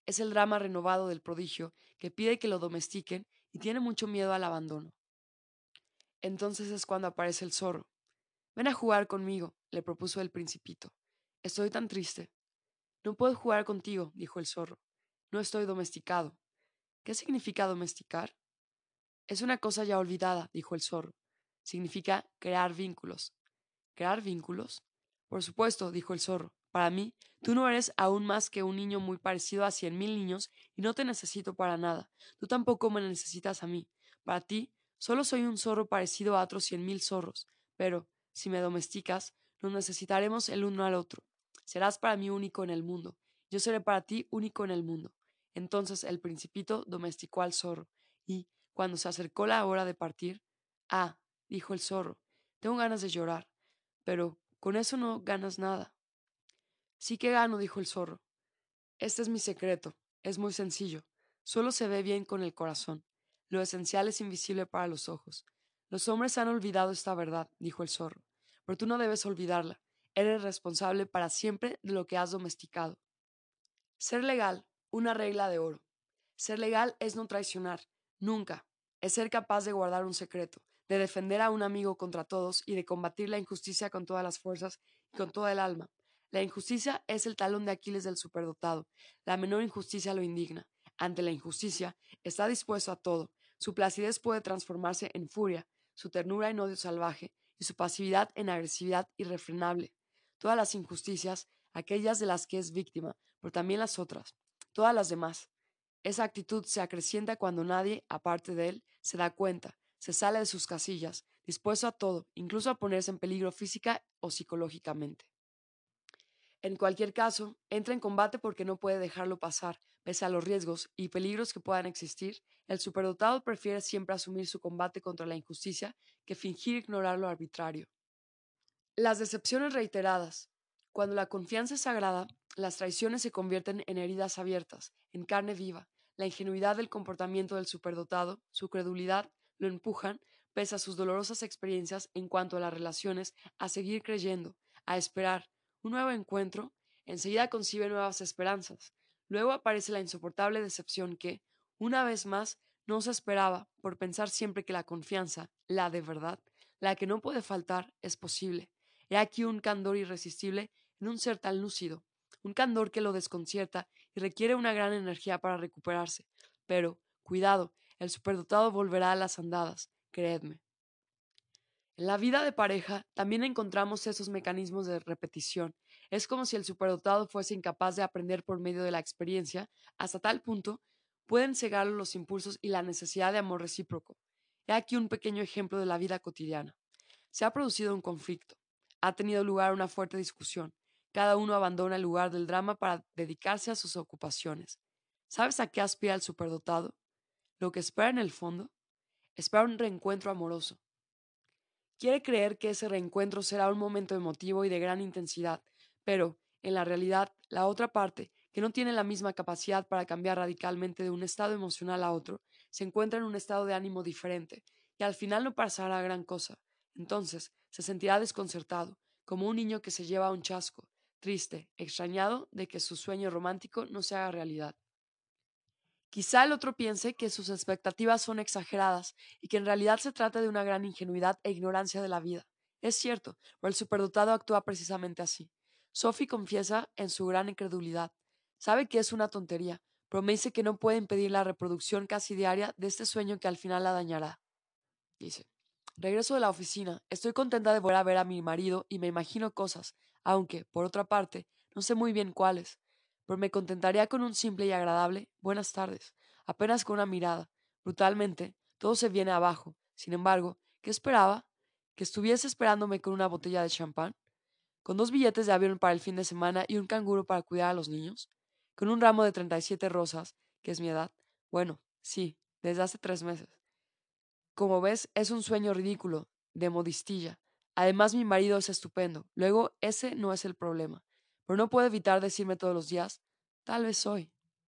es el drama renovado del prodigio que pide que lo domestiquen y tiene mucho miedo al abandono. Entonces es cuando aparece el zorro. Ven a jugar conmigo, le propuso el principito. Estoy tan triste. No puedo jugar contigo, dijo el zorro. No estoy domesticado. ¿Qué significa domesticar? Es una cosa ya olvidada, dijo el zorro. Significa crear vínculos. ¿Crear vínculos? Por supuesto, dijo el zorro. Para mí, tú no eres aún más que un niño muy parecido a 100.000 niños y no te necesito para nada. Tú tampoco me necesitas a mí. Para ti, solo soy un zorro parecido a otros 100.000 zorros. Pero, si me domesticas, nos necesitaremos el uno al otro. Serás para mí único en el mundo. Yo seré para ti único en el mundo. Entonces el principito domesticó al zorro y, cuando se acercó la hora de partir, ah, dijo el zorro, tengo ganas de llorar. Pero con eso no ganas nada. Sí que gano, dijo el zorro. Este es mi secreto. Es muy sencillo. Solo se ve bien con el corazón. Lo esencial es invisible para los ojos. Los hombres han olvidado esta verdad, dijo el zorro. Pero tú no debes olvidarla. Eres responsable para siempre de lo que has domesticado. Ser legal, una regla de oro. Ser legal es no traicionar, nunca. Es ser capaz de guardar un secreto, de defender a un amigo contra todos y de combatir la injusticia con todas las fuerzas y con toda el alma. La injusticia es el talón de Aquiles del superdotado. La menor injusticia lo indigna. Ante la injusticia, está dispuesto a todo. Su placidez puede transformarse en furia, su ternura en odio salvaje y su pasividad en agresividad irrefrenable. Todas las injusticias, aquellas de las que es víctima, pero también las otras, todas las demás. Esa actitud se acrecienta cuando nadie, aparte de él, se da cuenta, se sale de sus casillas, dispuesto a todo, incluso a ponerse en peligro física o psicológicamente. En cualquier caso, entra en combate porque no puede dejarlo pasar, pese a los riesgos y peligros que puedan existir. El superdotado prefiere siempre asumir su combate contra la injusticia que fingir ignorar lo arbitrario. Las decepciones reiteradas. Cuando la confianza es sagrada, las traiciones se convierten en heridas abiertas, en carne viva. La ingenuidad del comportamiento del superdotado, su credulidad, lo empujan, pese a sus dolorosas experiencias en cuanto a las relaciones, a seguir creyendo, a esperar. Un nuevo encuentro enseguida concibe nuevas esperanzas. Luego aparece la insoportable decepción que, una vez más, no se esperaba, por pensar siempre que la confianza, la de verdad, la que no puede faltar, es posible. He aquí un candor irresistible en un ser tan lúcido, un candor que lo desconcierta y requiere una gran energía para recuperarse. Pero, cuidado, el superdotado volverá a las andadas, creedme. En la vida de pareja también encontramos esos mecanismos de repetición. Es como si el superdotado fuese incapaz de aprender por medio de la experiencia, hasta tal punto pueden cegarlo los impulsos y la necesidad de amor recíproco. He aquí un pequeño ejemplo de la vida cotidiana. Se ha producido un conflicto. Ha tenido lugar una fuerte discusión. Cada uno abandona el lugar del drama para dedicarse a sus ocupaciones. ¿Sabes a qué aspira el superdotado? Lo que espera en el fondo. Espera un reencuentro amoroso. Quiere creer que ese reencuentro será un momento emotivo y de gran intensidad, pero, en la realidad, la otra parte, que no tiene la misma capacidad para cambiar radicalmente de un estado emocional a otro, se encuentra en un estado de ánimo diferente, y al final no pasará gran cosa. Entonces, se sentirá desconcertado, como un niño que se lleva un chasco, triste, extrañado de que su sueño romántico no se haga realidad. Quizá el otro piense que sus expectativas son exageradas y que en realidad se trata de una gran ingenuidad e ignorancia de la vida. Es cierto, pero el superdotado actúa precisamente así. Sophie confiesa en su gran incredulidad. Sabe que es una tontería, pero me dice que no puede impedir la reproducción casi diaria de este sueño que al final la dañará. Dice, regreso de la oficina, estoy contenta de volver a ver a mi marido y me imagino cosas, aunque, por otra parte, no sé muy bien cuáles, pero me contentaría con un simple y agradable buenas tardes, apenas con una mirada. Brutalmente, todo se viene abajo. Sin embargo, ¿qué esperaba? ¿Que estuviese esperándome con una botella de champán? ¿Con 2 billetes de avión para el fin de semana y un canguro para cuidar a los niños? ¿Con un ramo de 37 rosas, que es mi edad? Bueno, sí, desde hace 3 meses. Como ves, es un sueño ridículo, de modistilla. Además, mi marido es estupendo. Luego, ese no es el problema. Pero no puedo evitar decirme todos los días, tal vez hoy.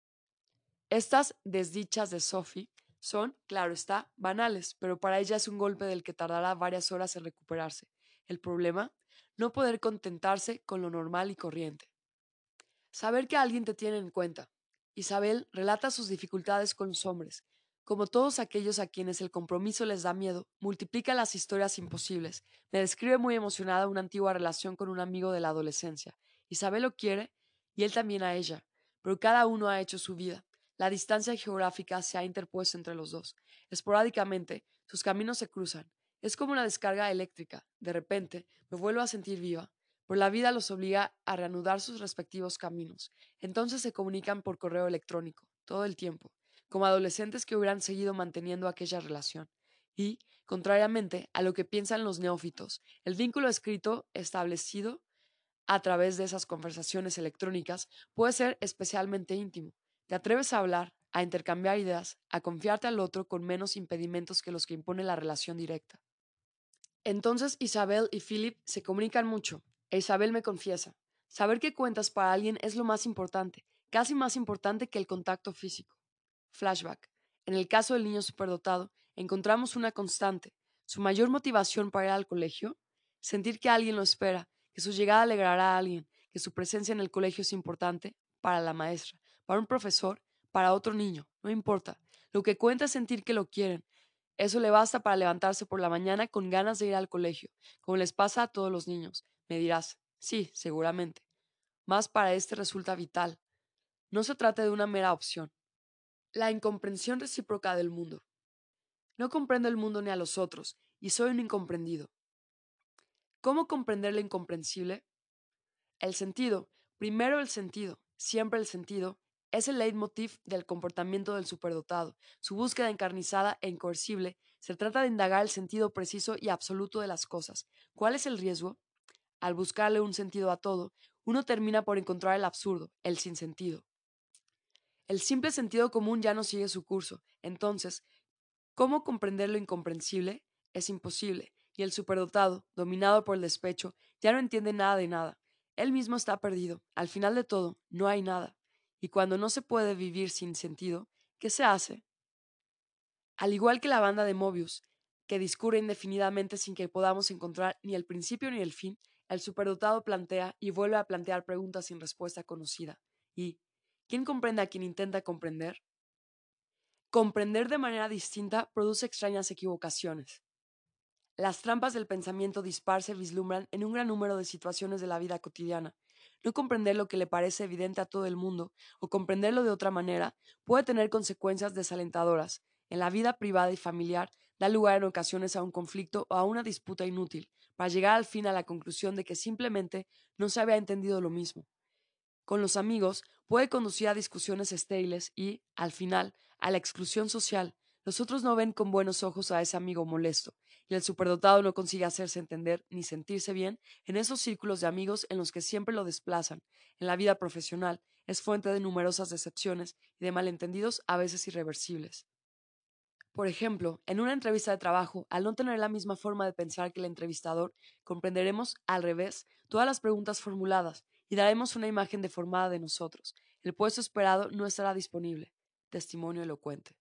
Estas desdichas de Sophie son, claro está, banales, pero para ella es un golpe del que tardará varias horas en recuperarse. El problema, no poder contentarse con lo normal y corriente. Saber que alguien te tiene en cuenta. Isabel relata sus dificultades con los hombres. Como todos aquellos a quienes el compromiso les da miedo, multiplica las historias imposibles. Me describe muy emocionada una antigua relación con un amigo de la adolescencia. Isabel lo quiere y él también a ella, pero cada uno ha hecho su vida. La distancia geográfica se ha interpuesto entre los dos. Esporádicamente, sus caminos se cruzan. Es como una descarga eléctrica. De repente, me vuelvo a sentir viva, pero la vida los obliga a reanudar sus respectivos caminos. Entonces se comunican por correo electrónico, todo el tiempo, como adolescentes que hubieran seguido manteniendo aquella relación. Y, contrariamente a lo que piensan los neófitos, el vínculo escrito establecido a través de esas conversaciones electrónicas puede ser especialmente íntimo. Te atreves a hablar, a intercambiar ideas, a confiarte al otro con menos impedimentos que los que impone la relación directa. Entonces Isabel y Philip se comunican mucho, e Isabel me confiesa: saber que cuentas para alguien es lo más importante, casi más importante que el contacto físico. Flashback. En el caso del niño superdotado, encontramos una constante. Su mayor motivación para ir al colegio: sentir que alguien lo espera, que su llegada alegrará a alguien, que su presencia en el colegio es importante para la maestra, para un profesor, para otro niño, no importa. Lo que cuenta es sentir que lo quieren. Eso le basta para levantarse por la mañana con ganas de ir al colegio, como les pasa a todos los niños. Me dirás: sí, seguramente. Mas para este resulta vital. No se trata de una mera opción. La incomprensión recíproca del mundo. No comprendo el mundo ni a los otros, y soy un incomprendido. ¿Cómo comprender lo incomprensible? El sentido, primero el sentido, siempre el sentido, es el leitmotiv del comportamiento del superdotado. Su búsqueda encarnizada e incoercible se trata de indagar el sentido preciso y absoluto de las cosas. ¿Cuál es el riesgo? Al buscarle un sentido a todo, uno termina por encontrar el absurdo, el sinsentido. El simple sentido común ya no sigue su curso. Entonces, ¿cómo comprender lo incomprensible? Es imposible, y el superdotado, dominado por el despecho, ya no entiende nada de nada. Él mismo está perdido. Al final de todo, no hay nada. Y cuando no se puede vivir sin sentido, ¿qué se hace? Al igual que la banda de Mobius, que discurre indefinidamente sin que podamos encontrar ni el principio ni el fin, el superdotado plantea y vuelve a plantear preguntas sin respuesta conocida. ¿Y quién comprende a quien intenta comprender? Comprender de manera distinta produce extrañas equivocaciones. Las trampas del pensamiento dispar se vislumbran en un gran número de situaciones de la vida cotidiana. No comprender lo que le parece evidente a todo el mundo, o comprenderlo de otra manera, puede tener consecuencias desalentadoras. En la vida privada y familiar da lugar en ocasiones a un conflicto o a una disputa inútil, para llegar al fin a la conclusión de que simplemente no se había entendido lo mismo. Con los amigos puede conducir a discusiones estériles y, al final, a la exclusión social. Los otros no ven con buenos ojos a ese amigo molesto, y el superdotado no consigue hacerse entender ni sentirse bien en esos círculos de amigos en los que siempre lo desplazan. En la vida profesional es fuente de numerosas decepciones y de malentendidos a veces irreversibles. Por ejemplo, en una entrevista de trabajo, al no tener la misma forma de pensar que el entrevistador, comprenderemos, al revés, todas las preguntas formuladas y daremos una imagen deformada de nosotros. El puesto esperado no estará disponible. Testimonio elocuente.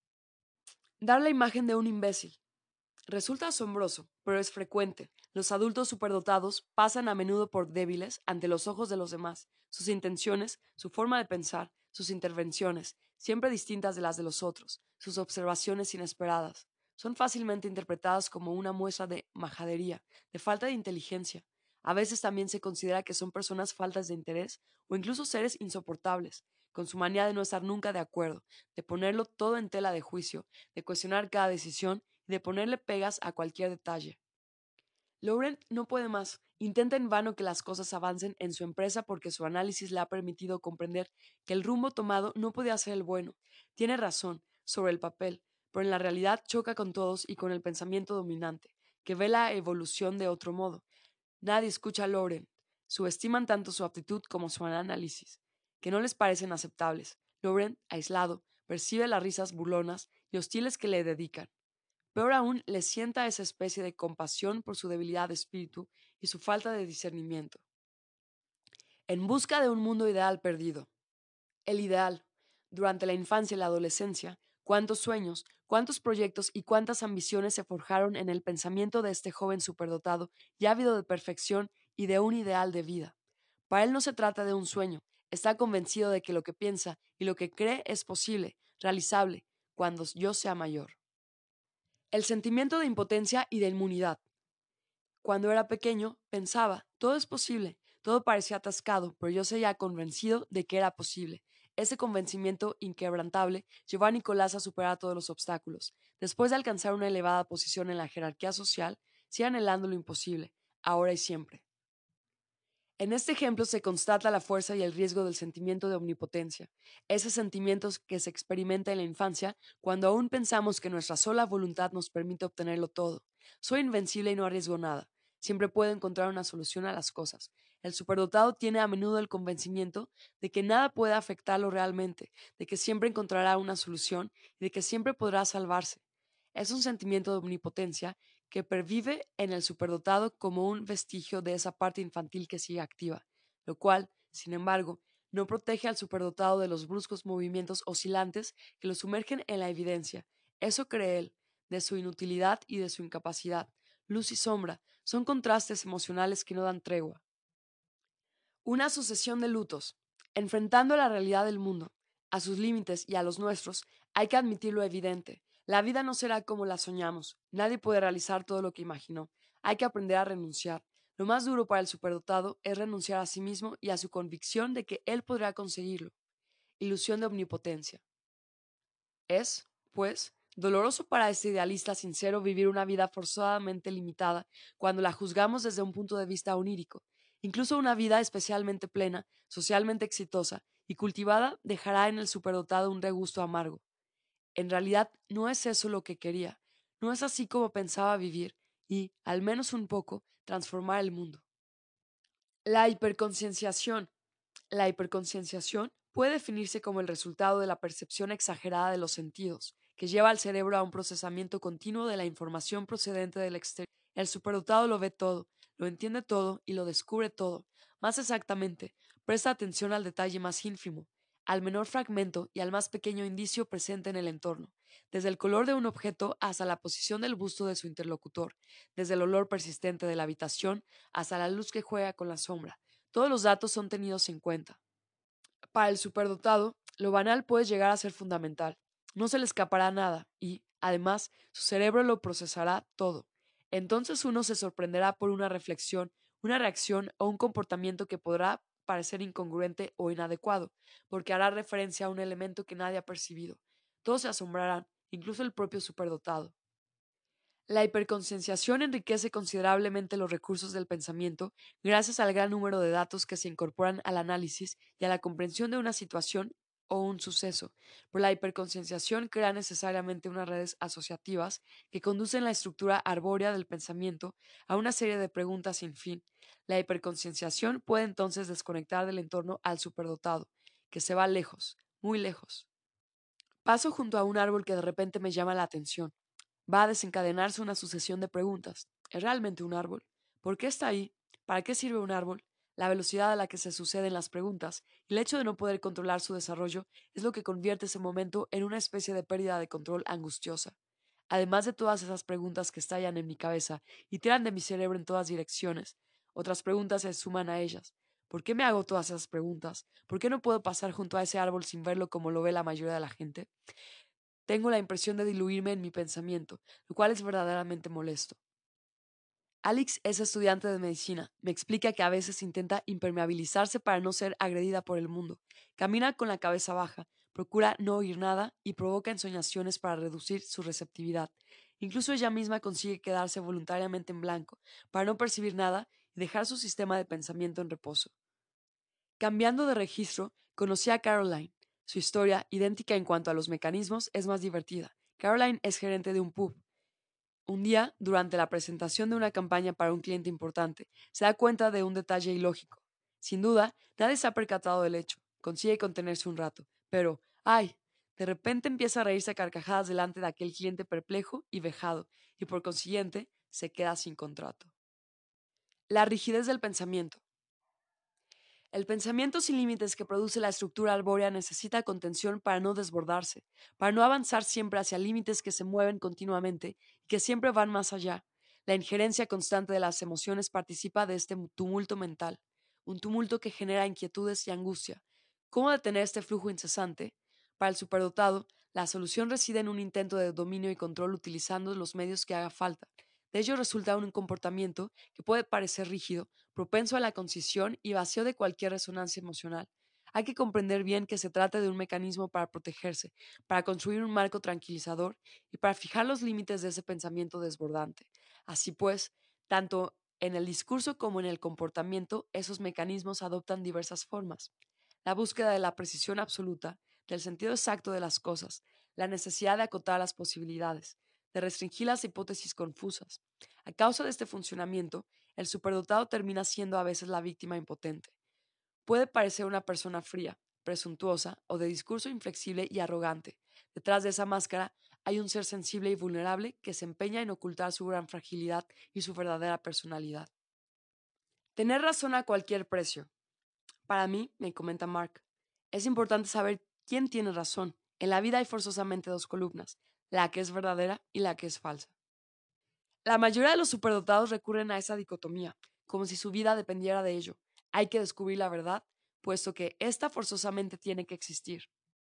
Dar la imagen de un imbécil. Resulta asombroso, pero es frecuente. Los adultos superdotados pasan a menudo por débiles ante los ojos de los demás. Sus intenciones, su forma de pensar, sus intervenciones, siempre distintas de las de los otros, sus observaciones inesperadas, son fácilmente interpretadas como una muestra de majadería, de falta de inteligencia. A veces también se considera que son personas faltas de interés o incluso seres insoportables, con su manía de no estar nunca de acuerdo, de ponerlo todo en tela de juicio, de cuestionar cada decisión y de ponerle pegas a cualquier detalle. Laurent no puede más. Intenta en vano que las cosas avancen en su empresa porque su análisis le ha permitido comprender que el rumbo tomado no podía ser el bueno. Tiene razón, sobre el papel, pero en la realidad choca con todos y con el pensamiento dominante, que ve la evolución de otro modo. Nadie escucha a Laurent. Subestiman tanto su aptitud como su análisis, que no les parecen aceptables. Laurent, aislado, percibe las risas burlonas y hostiles que le dedican. Peor aún, le sienta esa especie de compasión por su debilidad de espíritu y su falta de discernimiento. En busca de un mundo ideal perdido. El ideal. Durante la infancia y la adolescencia, cuántos sueños, cuántos proyectos y cuántas ambiciones se forjaron en el pensamiento de este joven superdotado y ávido de perfección y de un ideal de vida. Para él no se trata de un sueño, Está convencido de que lo que piensa y lo que cree es posible, realizable, cuando yo sea mayor. El sentimiento de impotencia y de inmunidad. Cuando era pequeño, pensaba, todo es posible, todo parecía atascado, pero yo seguía convencido de que era posible. Ese convencimiento inquebrantable llevó a Nicolás a superar todos los obstáculos. Después de alcanzar una elevada posición en la jerarquía social, sigue anhelando lo imposible, ahora y siempre. En este ejemplo se constata la fuerza y el riesgo del sentimiento de omnipotencia, ese sentimiento que se experimenta en la infancia cuando aún pensamos que nuestra sola voluntad nos permite obtenerlo todo. Soy invencible y no arriesgo nada. Siempre puedo encontrar una solución a las cosas. El superdotado tiene a menudo el convencimiento de que nada puede afectarlo realmente, de que siempre encontrará una solución y de que siempre podrá salvarse. Es un sentimiento de omnipotencia que pervive en el superdotado como un vestigio de esa parte infantil que sigue activa, lo cual, sin embargo, no protege al superdotado de los bruscos movimientos oscilantes que lo sumergen en la evidencia. Eso cree él, de su inutilidad y de su incapacidad. Luz y sombra son contrastes emocionales que no dan tregua. Una sucesión de lutos. Enfrentando la realidad del mundo, a sus límites y a los nuestros, hay que admitir lo evidente. La vida no será como la soñamos. Nadie puede realizar todo lo que imaginó. Hay que aprender a renunciar. Lo más duro para el superdotado es renunciar a sí mismo y a su convicción de que él podrá conseguirlo. Ilusión de omnipotencia. Es, pues, doloroso para este idealista sincero vivir una vida forzadamente limitada cuando la juzgamos desde un punto de vista onírico. Incluso una vida especialmente plena, socialmente exitosa y cultivada dejará en el superdotado un regusto amargo. En realidad no es eso lo que quería, no es así como pensaba vivir y, al menos un poco, transformar el mundo. La hiperconcienciación. La hiperconcienciación puede definirse como el resultado de la percepción exagerada de los sentidos, que lleva al cerebro a un procesamiento continuo de la información procedente del exterior. El superdotado lo ve todo, lo entiende todo y lo descubre todo. Más exactamente, presta atención al detalle más ínfimo, al menor fragmento y al más pequeño indicio presente en el entorno, desde el color de un objeto hasta la posición del busto de su interlocutor, desde el olor persistente de la habitación hasta la luz que juega con la sombra. Todos los datos son tenidos en cuenta. Para el superdotado, lo banal puede llegar a ser fundamental. No se le escapará nada y, además, su cerebro lo procesará todo. Entonces uno se sorprenderá por una reflexión, una reacción o un comportamiento que podrá parecer incongruente o inadecuado, porque hará referencia a un elemento que nadie ha percibido. Todos se asombrarán, incluso el propio superdotado. La hiperconcienciación enriquece considerablemente los recursos del pensamiento gracias al gran número de datos que se incorporan al análisis y a la comprensión de una situación o un suceso, pero la hiperconcienciación crea necesariamente unas redes asociativas que conducen la estructura arbórea del pensamiento a una serie de preguntas sin fin. La hiperconcienciación puede entonces desconectar del entorno al superdotado, que se va lejos, muy lejos. Paso junto a un árbol que de repente me llama la atención. Va a desencadenarse una sucesión de preguntas. ¿Es realmente un árbol? ¿Por qué está ahí? ¿Para qué sirve un árbol? La velocidad a la que se suceden las preguntas y el hecho de no poder controlar su desarrollo es lo que convierte ese momento en una especie de pérdida de control angustiosa. Además de todas esas preguntas que estallan en mi cabeza y tiran de mi cerebro en todas direcciones, otras preguntas se suman a ellas. ¿Por qué me hago todas esas preguntas? ¿Por qué no puedo pasar junto a ese árbol sin verlo como lo ve la mayoría de la gente? Tengo la impresión de diluirme en mi pensamiento, lo cual es verdaderamente molesto. Alex es estudiante de medicina. Me explica que a veces intenta impermeabilizarse para no ser agredida por el mundo. Camina con la cabeza baja, procura no oír nada y provoca ensoñaciones para reducir su receptividad. Incluso ella misma consigue quedarse voluntariamente en blanco, para no percibir nada y dejar su sistema de pensamiento en reposo. Cambiando de registro, conocí a Caroline. Su historia, idéntica en cuanto a los mecanismos, es más divertida. Caroline es gerente de un pub. Un día, durante la presentación de una campaña para un cliente importante, se da cuenta de un detalle ilógico. Sin duda, nadie se ha percatado del hecho. Consigue contenerse un rato. Pero, ¡ay! De repente empieza a reírse a carcajadas delante de aquel cliente perplejo y vejado, y por consiguiente, se queda sin contrato. La rigidez del pensamiento. El pensamiento sin límites que produce la estructura arbórea necesita contención para no desbordarse, para no avanzar siempre hacia límites que se mueven continuamente y que siempre van más allá. La injerencia constante de las emociones participa de este tumulto mental, un tumulto que genera inquietudes y angustia. ¿Cómo detener este flujo incesante? Para el superdotado, la solución reside en un intento de dominio y control utilizando los medios que haga falta. De ello resulta un comportamiento que puede parecer rígido, propenso a la concisión y vacío de cualquier resonancia emocional. Hay que comprender bien que se trata de un mecanismo para protegerse, para construir un marco tranquilizador y para fijar los límites de ese pensamiento desbordante. Así pues, tanto en el discurso como en el comportamiento, esos mecanismos adoptan diversas formas. La búsqueda de la precisión absoluta, del sentido exacto de las cosas, la necesidad de acotar las posibilidades, de restringir las hipótesis confusas. A causa de este funcionamiento, el superdotado termina siendo a veces la víctima impotente. Puede parecer una persona fría, presuntuosa o de discurso inflexible y arrogante. Detrás de esa máscara hay un ser sensible y vulnerable que se empeña en ocultar su gran fragilidad y su verdadera personalidad. Tener razón a cualquier precio. Para mí, me comenta Mark, es importante saber quién tiene razón. En la vida hay forzosamente dos columnas, la que es verdadera y la que es falsa. La mayoría de los superdotados recurren a esa dicotomía, como si su vida dependiera de ello. Hay que descubrir la verdad, puesto que ésta forzosamente tiene que existir.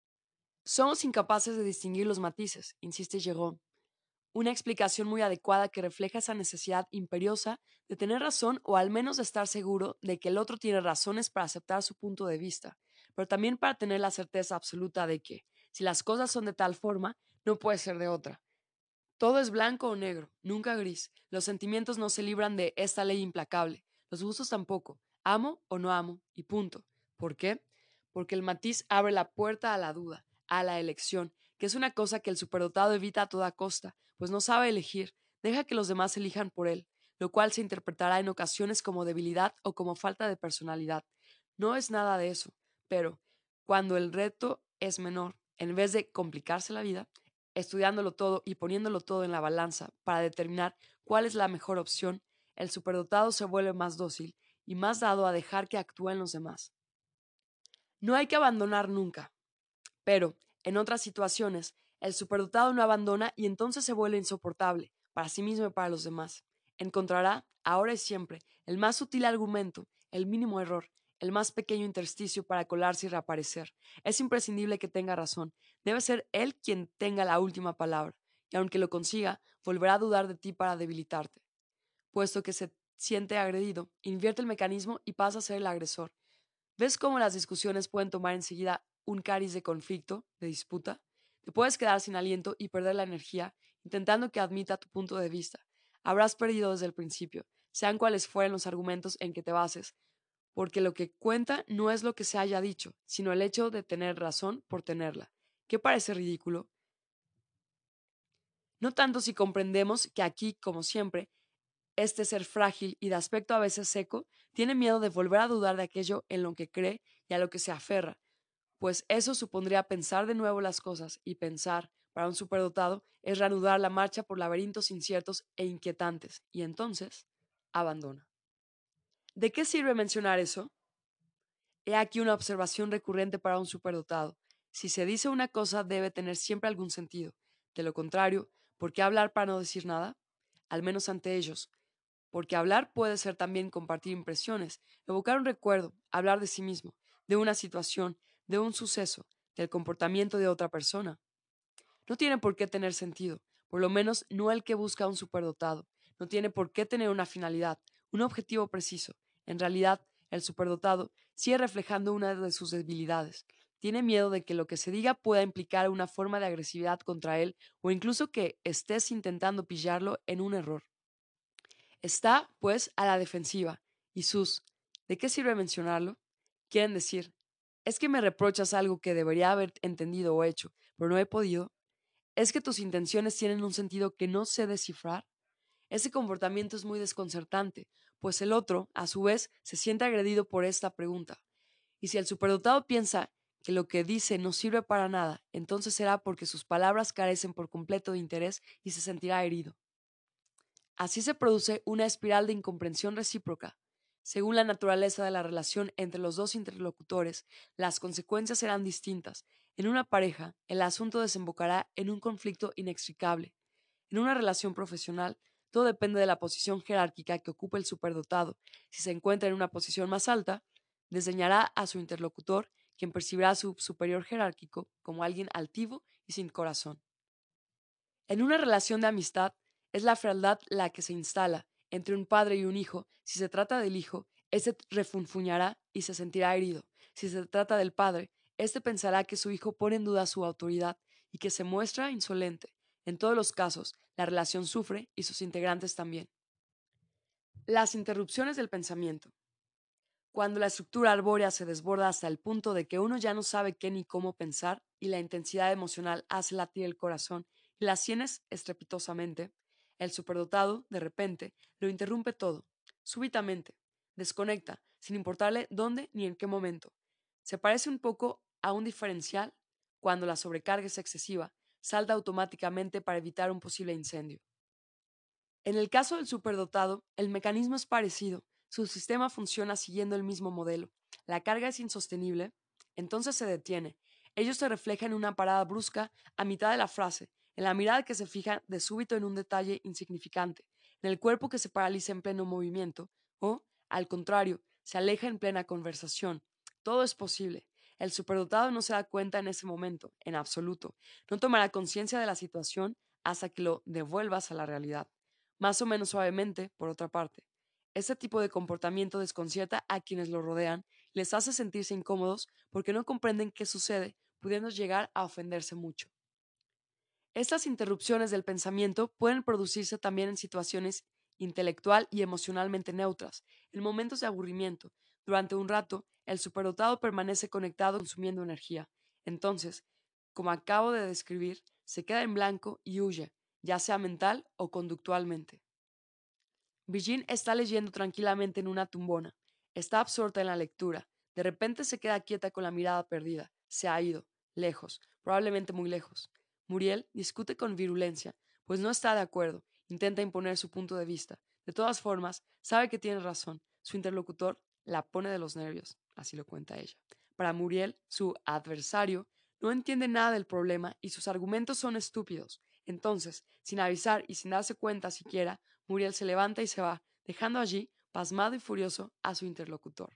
Somos incapaces de distinguir los matices, insiste Jérôme, una explicación muy adecuada que refleja esa necesidad imperiosa de tener razón o al menos de estar seguro de que el otro tiene razones para aceptar su punto de vista, pero también para tener la certeza absoluta de que, si las cosas son de tal forma, no puede ser de otra. Todo es blanco o negro, nunca gris. Los sentimientos no se libran de esta ley implacable, los gustos tampoco. Amo o no amo, y punto. ¿Por qué? Porque el matiz abre la puerta a la duda, a la elección, que es una cosa que el superdotado evita a toda costa, pues no sabe elegir, deja que los demás elijan por él, lo cual se interpretará en ocasiones como debilidad o como falta de personalidad. No es nada de eso, pero cuando el reto es menor, en vez de complicarse la vida, estudiándolo todo y poniéndolo todo en la balanza para determinar cuál es la mejor opción, el superdotado se vuelve más dócil y más dado a dejar que actúen los demás. No hay que abandonar nunca, pero, en otras situaciones, el superdotado no abandona y entonces se vuelve insoportable, para sí mismo y para los demás. Encontrará, ahora y siempre, el más sutil argumento, el mínimo error, el más pequeño intersticio para colarse y reaparecer. Es imprescindible que tenga razón. Debe ser él quien tenga la última palabra, y aunque lo consiga, volverá a dudar de ti para debilitarte. Puesto que se siente agredido, invierte el mecanismo y pasa a ser el agresor. ¿Ves cómo las discusiones pueden tomar enseguida un cariz de conflicto, de disputa? Te puedes quedar sin aliento y perder la energía intentando que admita tu punto de vista. Habrás perdido desde el principio, sean cuales fueren los argumentos en que te bases, porque lo que cuenta no es lo que se haya dicho, sino el hecho de tener razón por tenerla. ¿Qué parece ridículo? No tanto si comprendemos que aquí, como siempre, este ser frágil y de aspecto a veces seco tiene miedo de volver a dudar de aquello en lo que cree y a lo que se aferra, pues eso supondría pensar de nuevo las cosas, y pensar, para un superdotado, es reanudar la marcha por laberintos inciertos e inquietantes, y entonces abandona. ¿De qué sirve mencionar eso? He aquí una observación recurrente para un superdotado. Si se dice una cosa, debe tener siempre algún sentido. De lo contrario, ¿por qué hablar para no decir nada? Al menos ante ellos. Porque hablar puede ser también compartir impresiones, evocar un recuerdo, hablar de sí mismo, de una situación, de un suceso, del comportamiento de otra persona. No tiene por qué tener sentido, por lo menos no el que busca un superdotado. No tiene por qué tener una finalidad, un objetivo preciso. En realidad, el superdotado sigue reflejando una de sus debilidades. Tiene miedo de que lo que se diga pueda implicar una forma de agresividad contra él o incluso que estés intentando pillarlo en un error. Está, pues, a la defensiva. Y ¿de qué sirve mencionarlo? Quieren decir, ¿es que me reprochas algo que debería haber entendido o hecho, pero no he podido? ¿Es que tus intenciones tienen un sentido que no sé descifrar? Ese comportamiento es muy desconcertante, pues el otro, a su vez, se siente agredido por esta pregunta. Y si el superdotado piensa que lo que dice no sirve para nada, entonces será porque sus palabras carecen por completo de interés y se sentirá herido. Así se produce una espiral de incomprensión recíproca. Según la naturaleza de la relación entre los dos interlocutores, las consecuencias serán distintas. En una pareja, el asunto desembocará en un conflicto inextricable. En una relación profesional, todo depende de la posición jerárquica que ocupe el superdotado. Si se encuentra en una posición más alta, desdeñará a su interlocutor quien percibirá a su superior jerárquico como alguien altivo y sin corazón. En una relación de amistad, es la frialdad la que se instala entre un padre y un hijo. Si se trata del hijo, éste refunfuñará y se sentirá herido. Si se trata del padre, éste pensará que su hijo pone en duda su autoridad y que se muestra insolente. En todos los casos, la relación sufre y sus integrantes también. Las interrupciones del pensamiento. Cuando la estructura arbórea se desborda hasta el punto de que uno ya no sabe qué ni cómo pensar y la intensidad emocional hace latir el corazón y las sienes estrepitosamente, el superdotado, de repente, lo interrumpe todo, súbitamente, desconecta, sin importarle dónde ni en qué momento. Se parece un poco a un diferencial cuando la sobrecarga es excesiva, salta automáticamente para evitar un posible incendio. En el caso del superdotado, el mecanismo es parecido. Su sistema funciona siguiendo el mismo modelo. La carga es insostenible, entonces se detiene. Ello se refleja en una parada brusca a mitad de la frase, en la mirada que se fija de súbito en un detalle insignificante, en el cuerpo que se paraliza en pleno movimiento, o, al contrario, se aleja en plena conversación. Todo es posible. El superdotado no se da cuenta en ese momento, en absoluto. No tomará conciencia de la situación hasta que lo devuelvas a la realidad. Más o menos suavemente, por otra parte. Este tipo de comportamiento desconcierta a quienes lo rodean y les hace sentirse incómodos porque no comprenden qué sucede, pudiendo llegar a ofenderse mucho. Estas interrupciones del pensamiento pueden producirse también en situaciones intelectual y emocionalmente neutras, en momentos de aburrimiento. Durante un rato, el superdotado permanece conectado consumiendo energía. Entonces, como acabo de describir, se queda en blanco y huye, ya sea mental o conductualmente. Virgin está leyendo tranquilamente en una tumbona. Está absorta en la lectura. De repente se queda quieta con la mirada perdida. Se ha ido, lejos, probablemente muy lejos. Muriel discute con virulencia, pues no está de acuerdo. Intenta imponer su punto de vista. De todas formas, sabe que tiene razón. Su interlocutor la pone de los nervios, así lo cuenta ella. Para Muriel, su adversario no entiende nada del problema y sus argumentos son estúpidos. Entonces, sin avisar y sin darse cuenta siquiera, Muriel se levanta y se va, dejando allí, pasmado y furioso, a su interlocutor.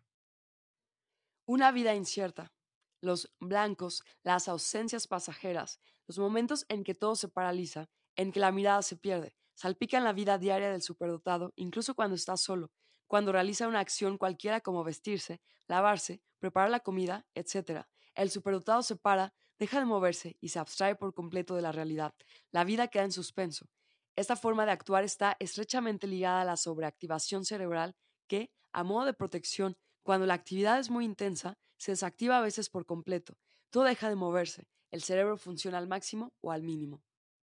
Una vida incierta. Los blancos, las ausencias pasajeras, los momentos en que todo se paraliza, en que la mirada se pierde, salpican la vida diaria del superdotado, incluso cuando está solo, cuando realiza una acción cualquiera como vestirse, lavarse, preparar la comida, etc. El superdotado se para, deja de moverse y se abstrae por completo de la realidad. La vida queda en suspenso. Esta forma de actuar está estrechamente ligada a la sobreactivación cerebral que, a modo de protección, cuando la actividad es muy intensa, se desactiva a veces por completo. Todo deja de moverse. El cerebro funciona al máximo o al mínimo.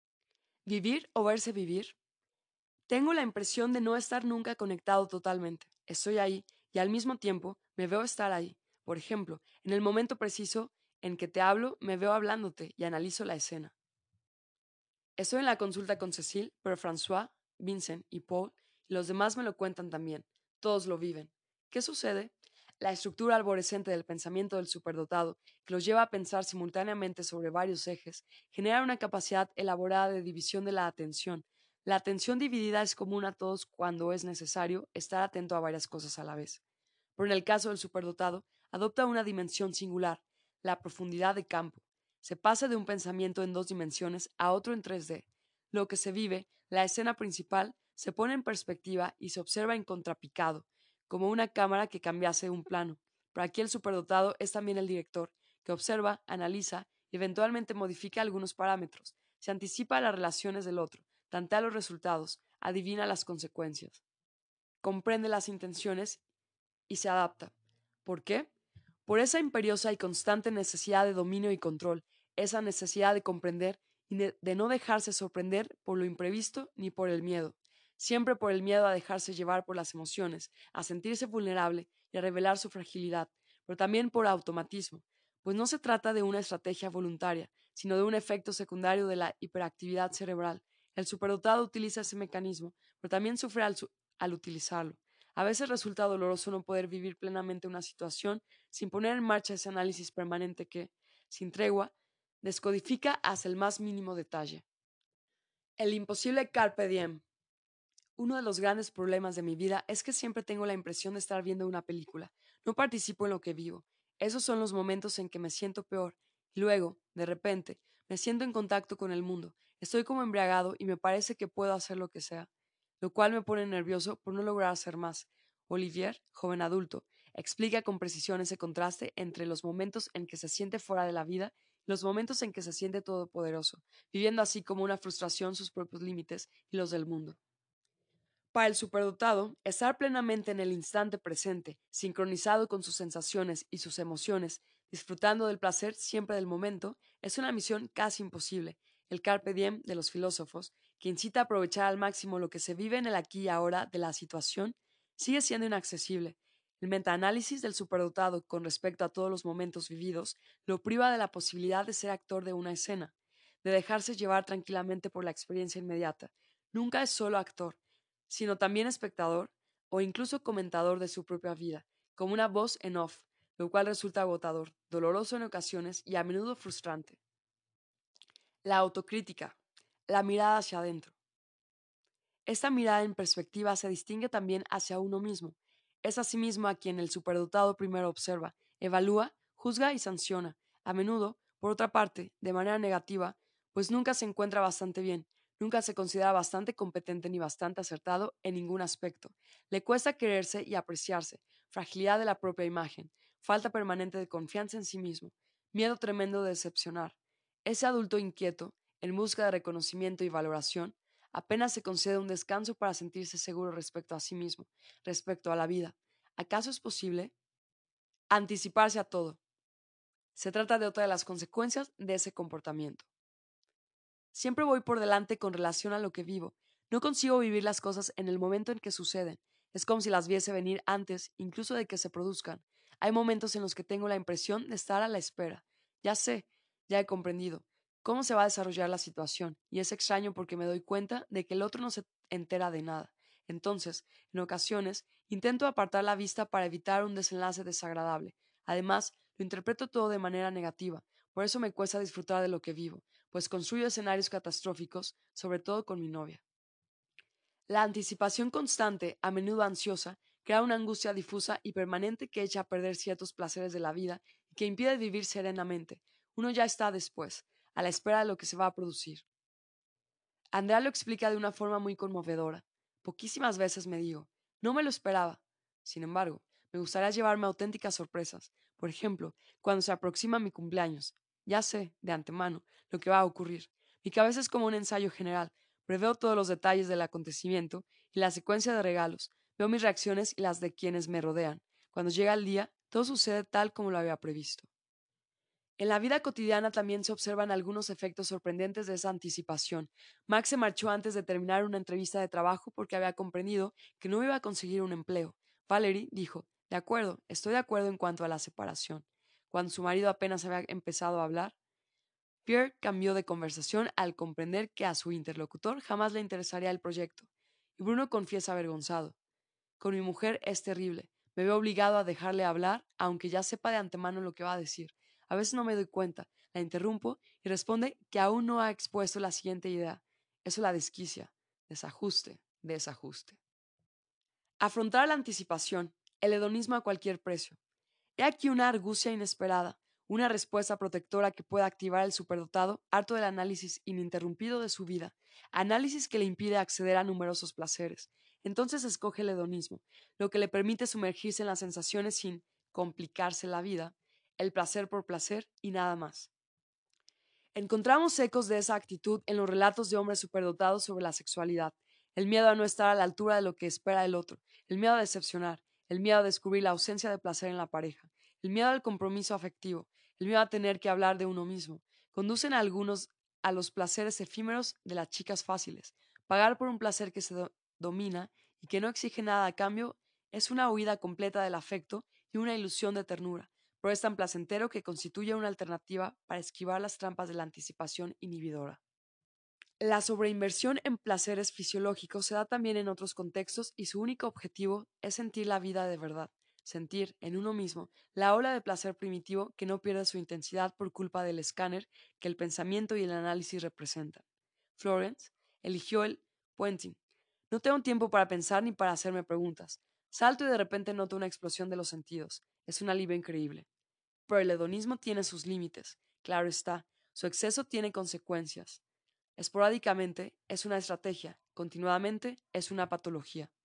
¿Vivir o verse vivir? Tengo la impresión de no estar nunca conectado totalmente. Estoy ahí y al mismo tiempo me veo estar ahí. Por ejemplo, en el momento preciso en que te hablo, me veo hablándote y analizo la escena. Estoy en la consulta con Cecile, pero François, Vincent y Paul y los demás me lo cuentan también. Todos lo viven. ¿Qué sucede? La estructura arborescente del pensamiento del superdotado, que los lleva a pensar simultáneamente sobre varios ejes, genera una capacidad elaborada de división de la atención. La atención dividida es común a todos cuando es necesario estar atento a varias cosas a la vez. Pero en el caso del superdotado, adopta una dimensión singular, la profundidad de campo. Se pasa de un pensamiento en 2 dimensiones a otro en 3D. Lo que se vive, la escena principal, se pone en perspectiva y se observa en contrapicado, como una cámara que cambiase un plano. Pero aquí el superdotado es también el director, que observa, analiza y eventualmente modifica algunos parámetros, se anticipa a las relaciones del otro, tantea los resultados, adivina las consecuencias, comprende las intenciones y se adapta. ¿Por qué? Por esa imperiosa y constante necesidad de dominio y control, esa necesidad de comprender y de no dejarse sorprender por lo imprevisto ni por el miedo, siempre por el miedo a dejarse llevar por las emociones, a sentirse vulnerable y a revelar su fragilidad, pero también por automatismo, pues no se trata de una estrategia voluntaria, sino de un efecto secundario de la hiperactividad cerebral. El superdotado utiliza ese mecanismo, pero también sufre al utilizarlo. A veces resulta doloroso no poder vivir plenamente una situación sin poner en marcha ese análisis permanente que, sin tregua, descodifica hasta el más mínimo detalle. El imposible carpe diem. Uno de los grandes problemas de mi vida es que siempre tengo la impresión de estar viendo una película. No participo en lo que vivo. Esos son los momentos en que me siento peor y luego, de repente, me siento en contacto con el mundo. Estoy como embriagado y me parece que puedo hacer lo que sea, lo cual me pone nervioso por no lograr hacer más. Olivier, joven adulto, explica con precisión ese contraste entre los momentos en que se siente fuera de la vida y los momentos en que se siente todopoderoso, viviendo así como una frustración sus propios límites y los del mundo. Para el superdotado, estar plenamente en el instante presente, sincronizado con sus sensaciones y sus emociones, disfrutando del placer siempre del momento, es una misión casi imposible. El carpe diem de los filósofos, que incita a aprovechar al máximo lo que se vive en el aquí y ahora de la situación, sigue siendo inaccesible. El metaanálisis del superdotado con respecto a todos los momentos vividos lo priva de la posibilidad de ser actor de una escena, de dejarse llevar tranquilamente por la experiencia inmediata. Nunca es solo actor, sino también espectador o incluso comentador de su propia vida, como una voz en off, lo cual resulta agotador, doloroso en ocasiones y a menudo frustrante. La autocrítica, la mirada hacia adentro. Esta mirada en perspectiva se distingue también hacia uno mismo. Es asimismo a quien el superdotado primero observa, evalúa, juzga y sanciona, a menudo, por otra parte, de manera negativa, pues nunca se encuentra bastante bien, nunca se considera bastante competente ni bastante acertado en ningún aspecto. Le cuesta quererse y apreciarse, fragilidad de la propia imagen, falta permanente de confianza en sí mismo, miedo tremendo de decepcionar. Ese adulto inquieto, en busca de reconocimiento y valoración, apenas se concede un descanso para sentirse seguro respecto a sí mismo, respecto a la vida. ¿Acaso es posible? Anticiparse a todo. Se trata de otra de las consecuencias de ese comportamiento. Siempre voy por delante con relación a lo que vivo. No consigo vivir las cosas en el momento en que suceden. Es como si las viese venir antes, incluso de que se produzcan. Hay momentos en los que tengo la impresión de estar a la espera. Ya sé, ya he comprendido cómo se va a desarrollar la situación, y es extraño porque me doy cuenta de que el otro no se entera de nada. Entonces, en ocasiones, intento apartar la vista para evitar un desenlace desagradable. Además, lo interpreto todo de manera negativa. Por eso me cuesta disfrutar de lo que vivo, pues construyo escenarios catastróficos, sobre todo con mi novia. La anticipación constante, a menudo ansiosa, crea una angustia difusa y permanente que echa a perder ciertos placeres de la vida y que impide vivir serenamente. Uno ya está después, a la espera de lo que se va a producir. Andrea lo explica de una forma muy conmovedora. Poquísimas veces me digo, no me lo esperaba. Sin embargo, me gustaría llevarme auténticas sorpresas. Por ejemplo, cuando se aproxima mi cumpleaños. Ya sé, de antemano, lo que va a ocurrir. Mi cabeza es como un ensayo general. Preveo todos los detalles del acontecimiento y la secuencia de regalos. Veo mis reacciones y las de quienes me rodean. Cuando llega el día, todo sucede tal como lo había previsto. En la vida cotidiana también se observan algunos efectos sorprendentes de esa anticipación. Max se marchó antes de terminar una entrevista de trabajo porque había comprendido que no iba a conseguir un empleo. Valerie dijo, de acuerdo, estoy de acuerdo en cuanto a la separación. Cuando su marido apenas había empezado a hablar, Pierre cambió de conversación al comprender que a su interlocutor jamás le interesaría el proyecto. Y Bruno confiesa avergonzado. Con mi mujer es terrible. Me veo obligado a dejarle hablar, aunque ya sepa de antemano lo que va a decir. A veces no me doy cuenta, la interrumpo y responde que aún no ha expuesto la siguiente idea. Eso la desquicia. Desajuste, desajuste. Afrontar la anticipación, el hedonismo a cualquier precio. He aquí una argucia inesperada, una respuesta protectora que pueda activar el superdotado harto del análisis ininterrumpido de su vida, análisis que le impide acceder a numerosos placeres. Entonces escoge el hedonismo, lo que le permite sumergirse en las sensaciones sin complicarse la vida, el placer por placer y nada más. Encontramos ecos de esa actitud en los relatos de hombres superdotados sobre la sexualidad, el miedo a no estar a la altura de lo que espera el otro, el miedo a decepcionar, el miedo a descubrir la ausencia de placer en la pareja, el miedo al compromiso afectivo, el miedo a tener que hablar de uno mismo. Conducen a algunos a los placeres efímeros de las chicas fáciles. Pagar por un placer que se domina y que no exige nada a cambio es una huida completa del afecto y una ilusión de ternura, pero es tan placentero que constituye una alternativa para esquivar las trampas de la anticipación inhibidora. La sobreinversión en placeres fisiológicos se da también en otros contextos y su único objetivo es sentir la vida de verdad, sentir en uno mismo la ola de placer primitivo que no pierde su intensidad por culpa del escáner que el pensamiento y el análisis representan. Florence eligió el puenting. No tengo tiempo para pensar ni para hacerme preguntas. Salto y de repente noto una explosión de los sentidos. Es un alivio increíble. Pero el hedonismo tiene sus límites, claro está, su exceso tiene consecuencias. Esporádicamente es una estrategia, continuadamente es una patología.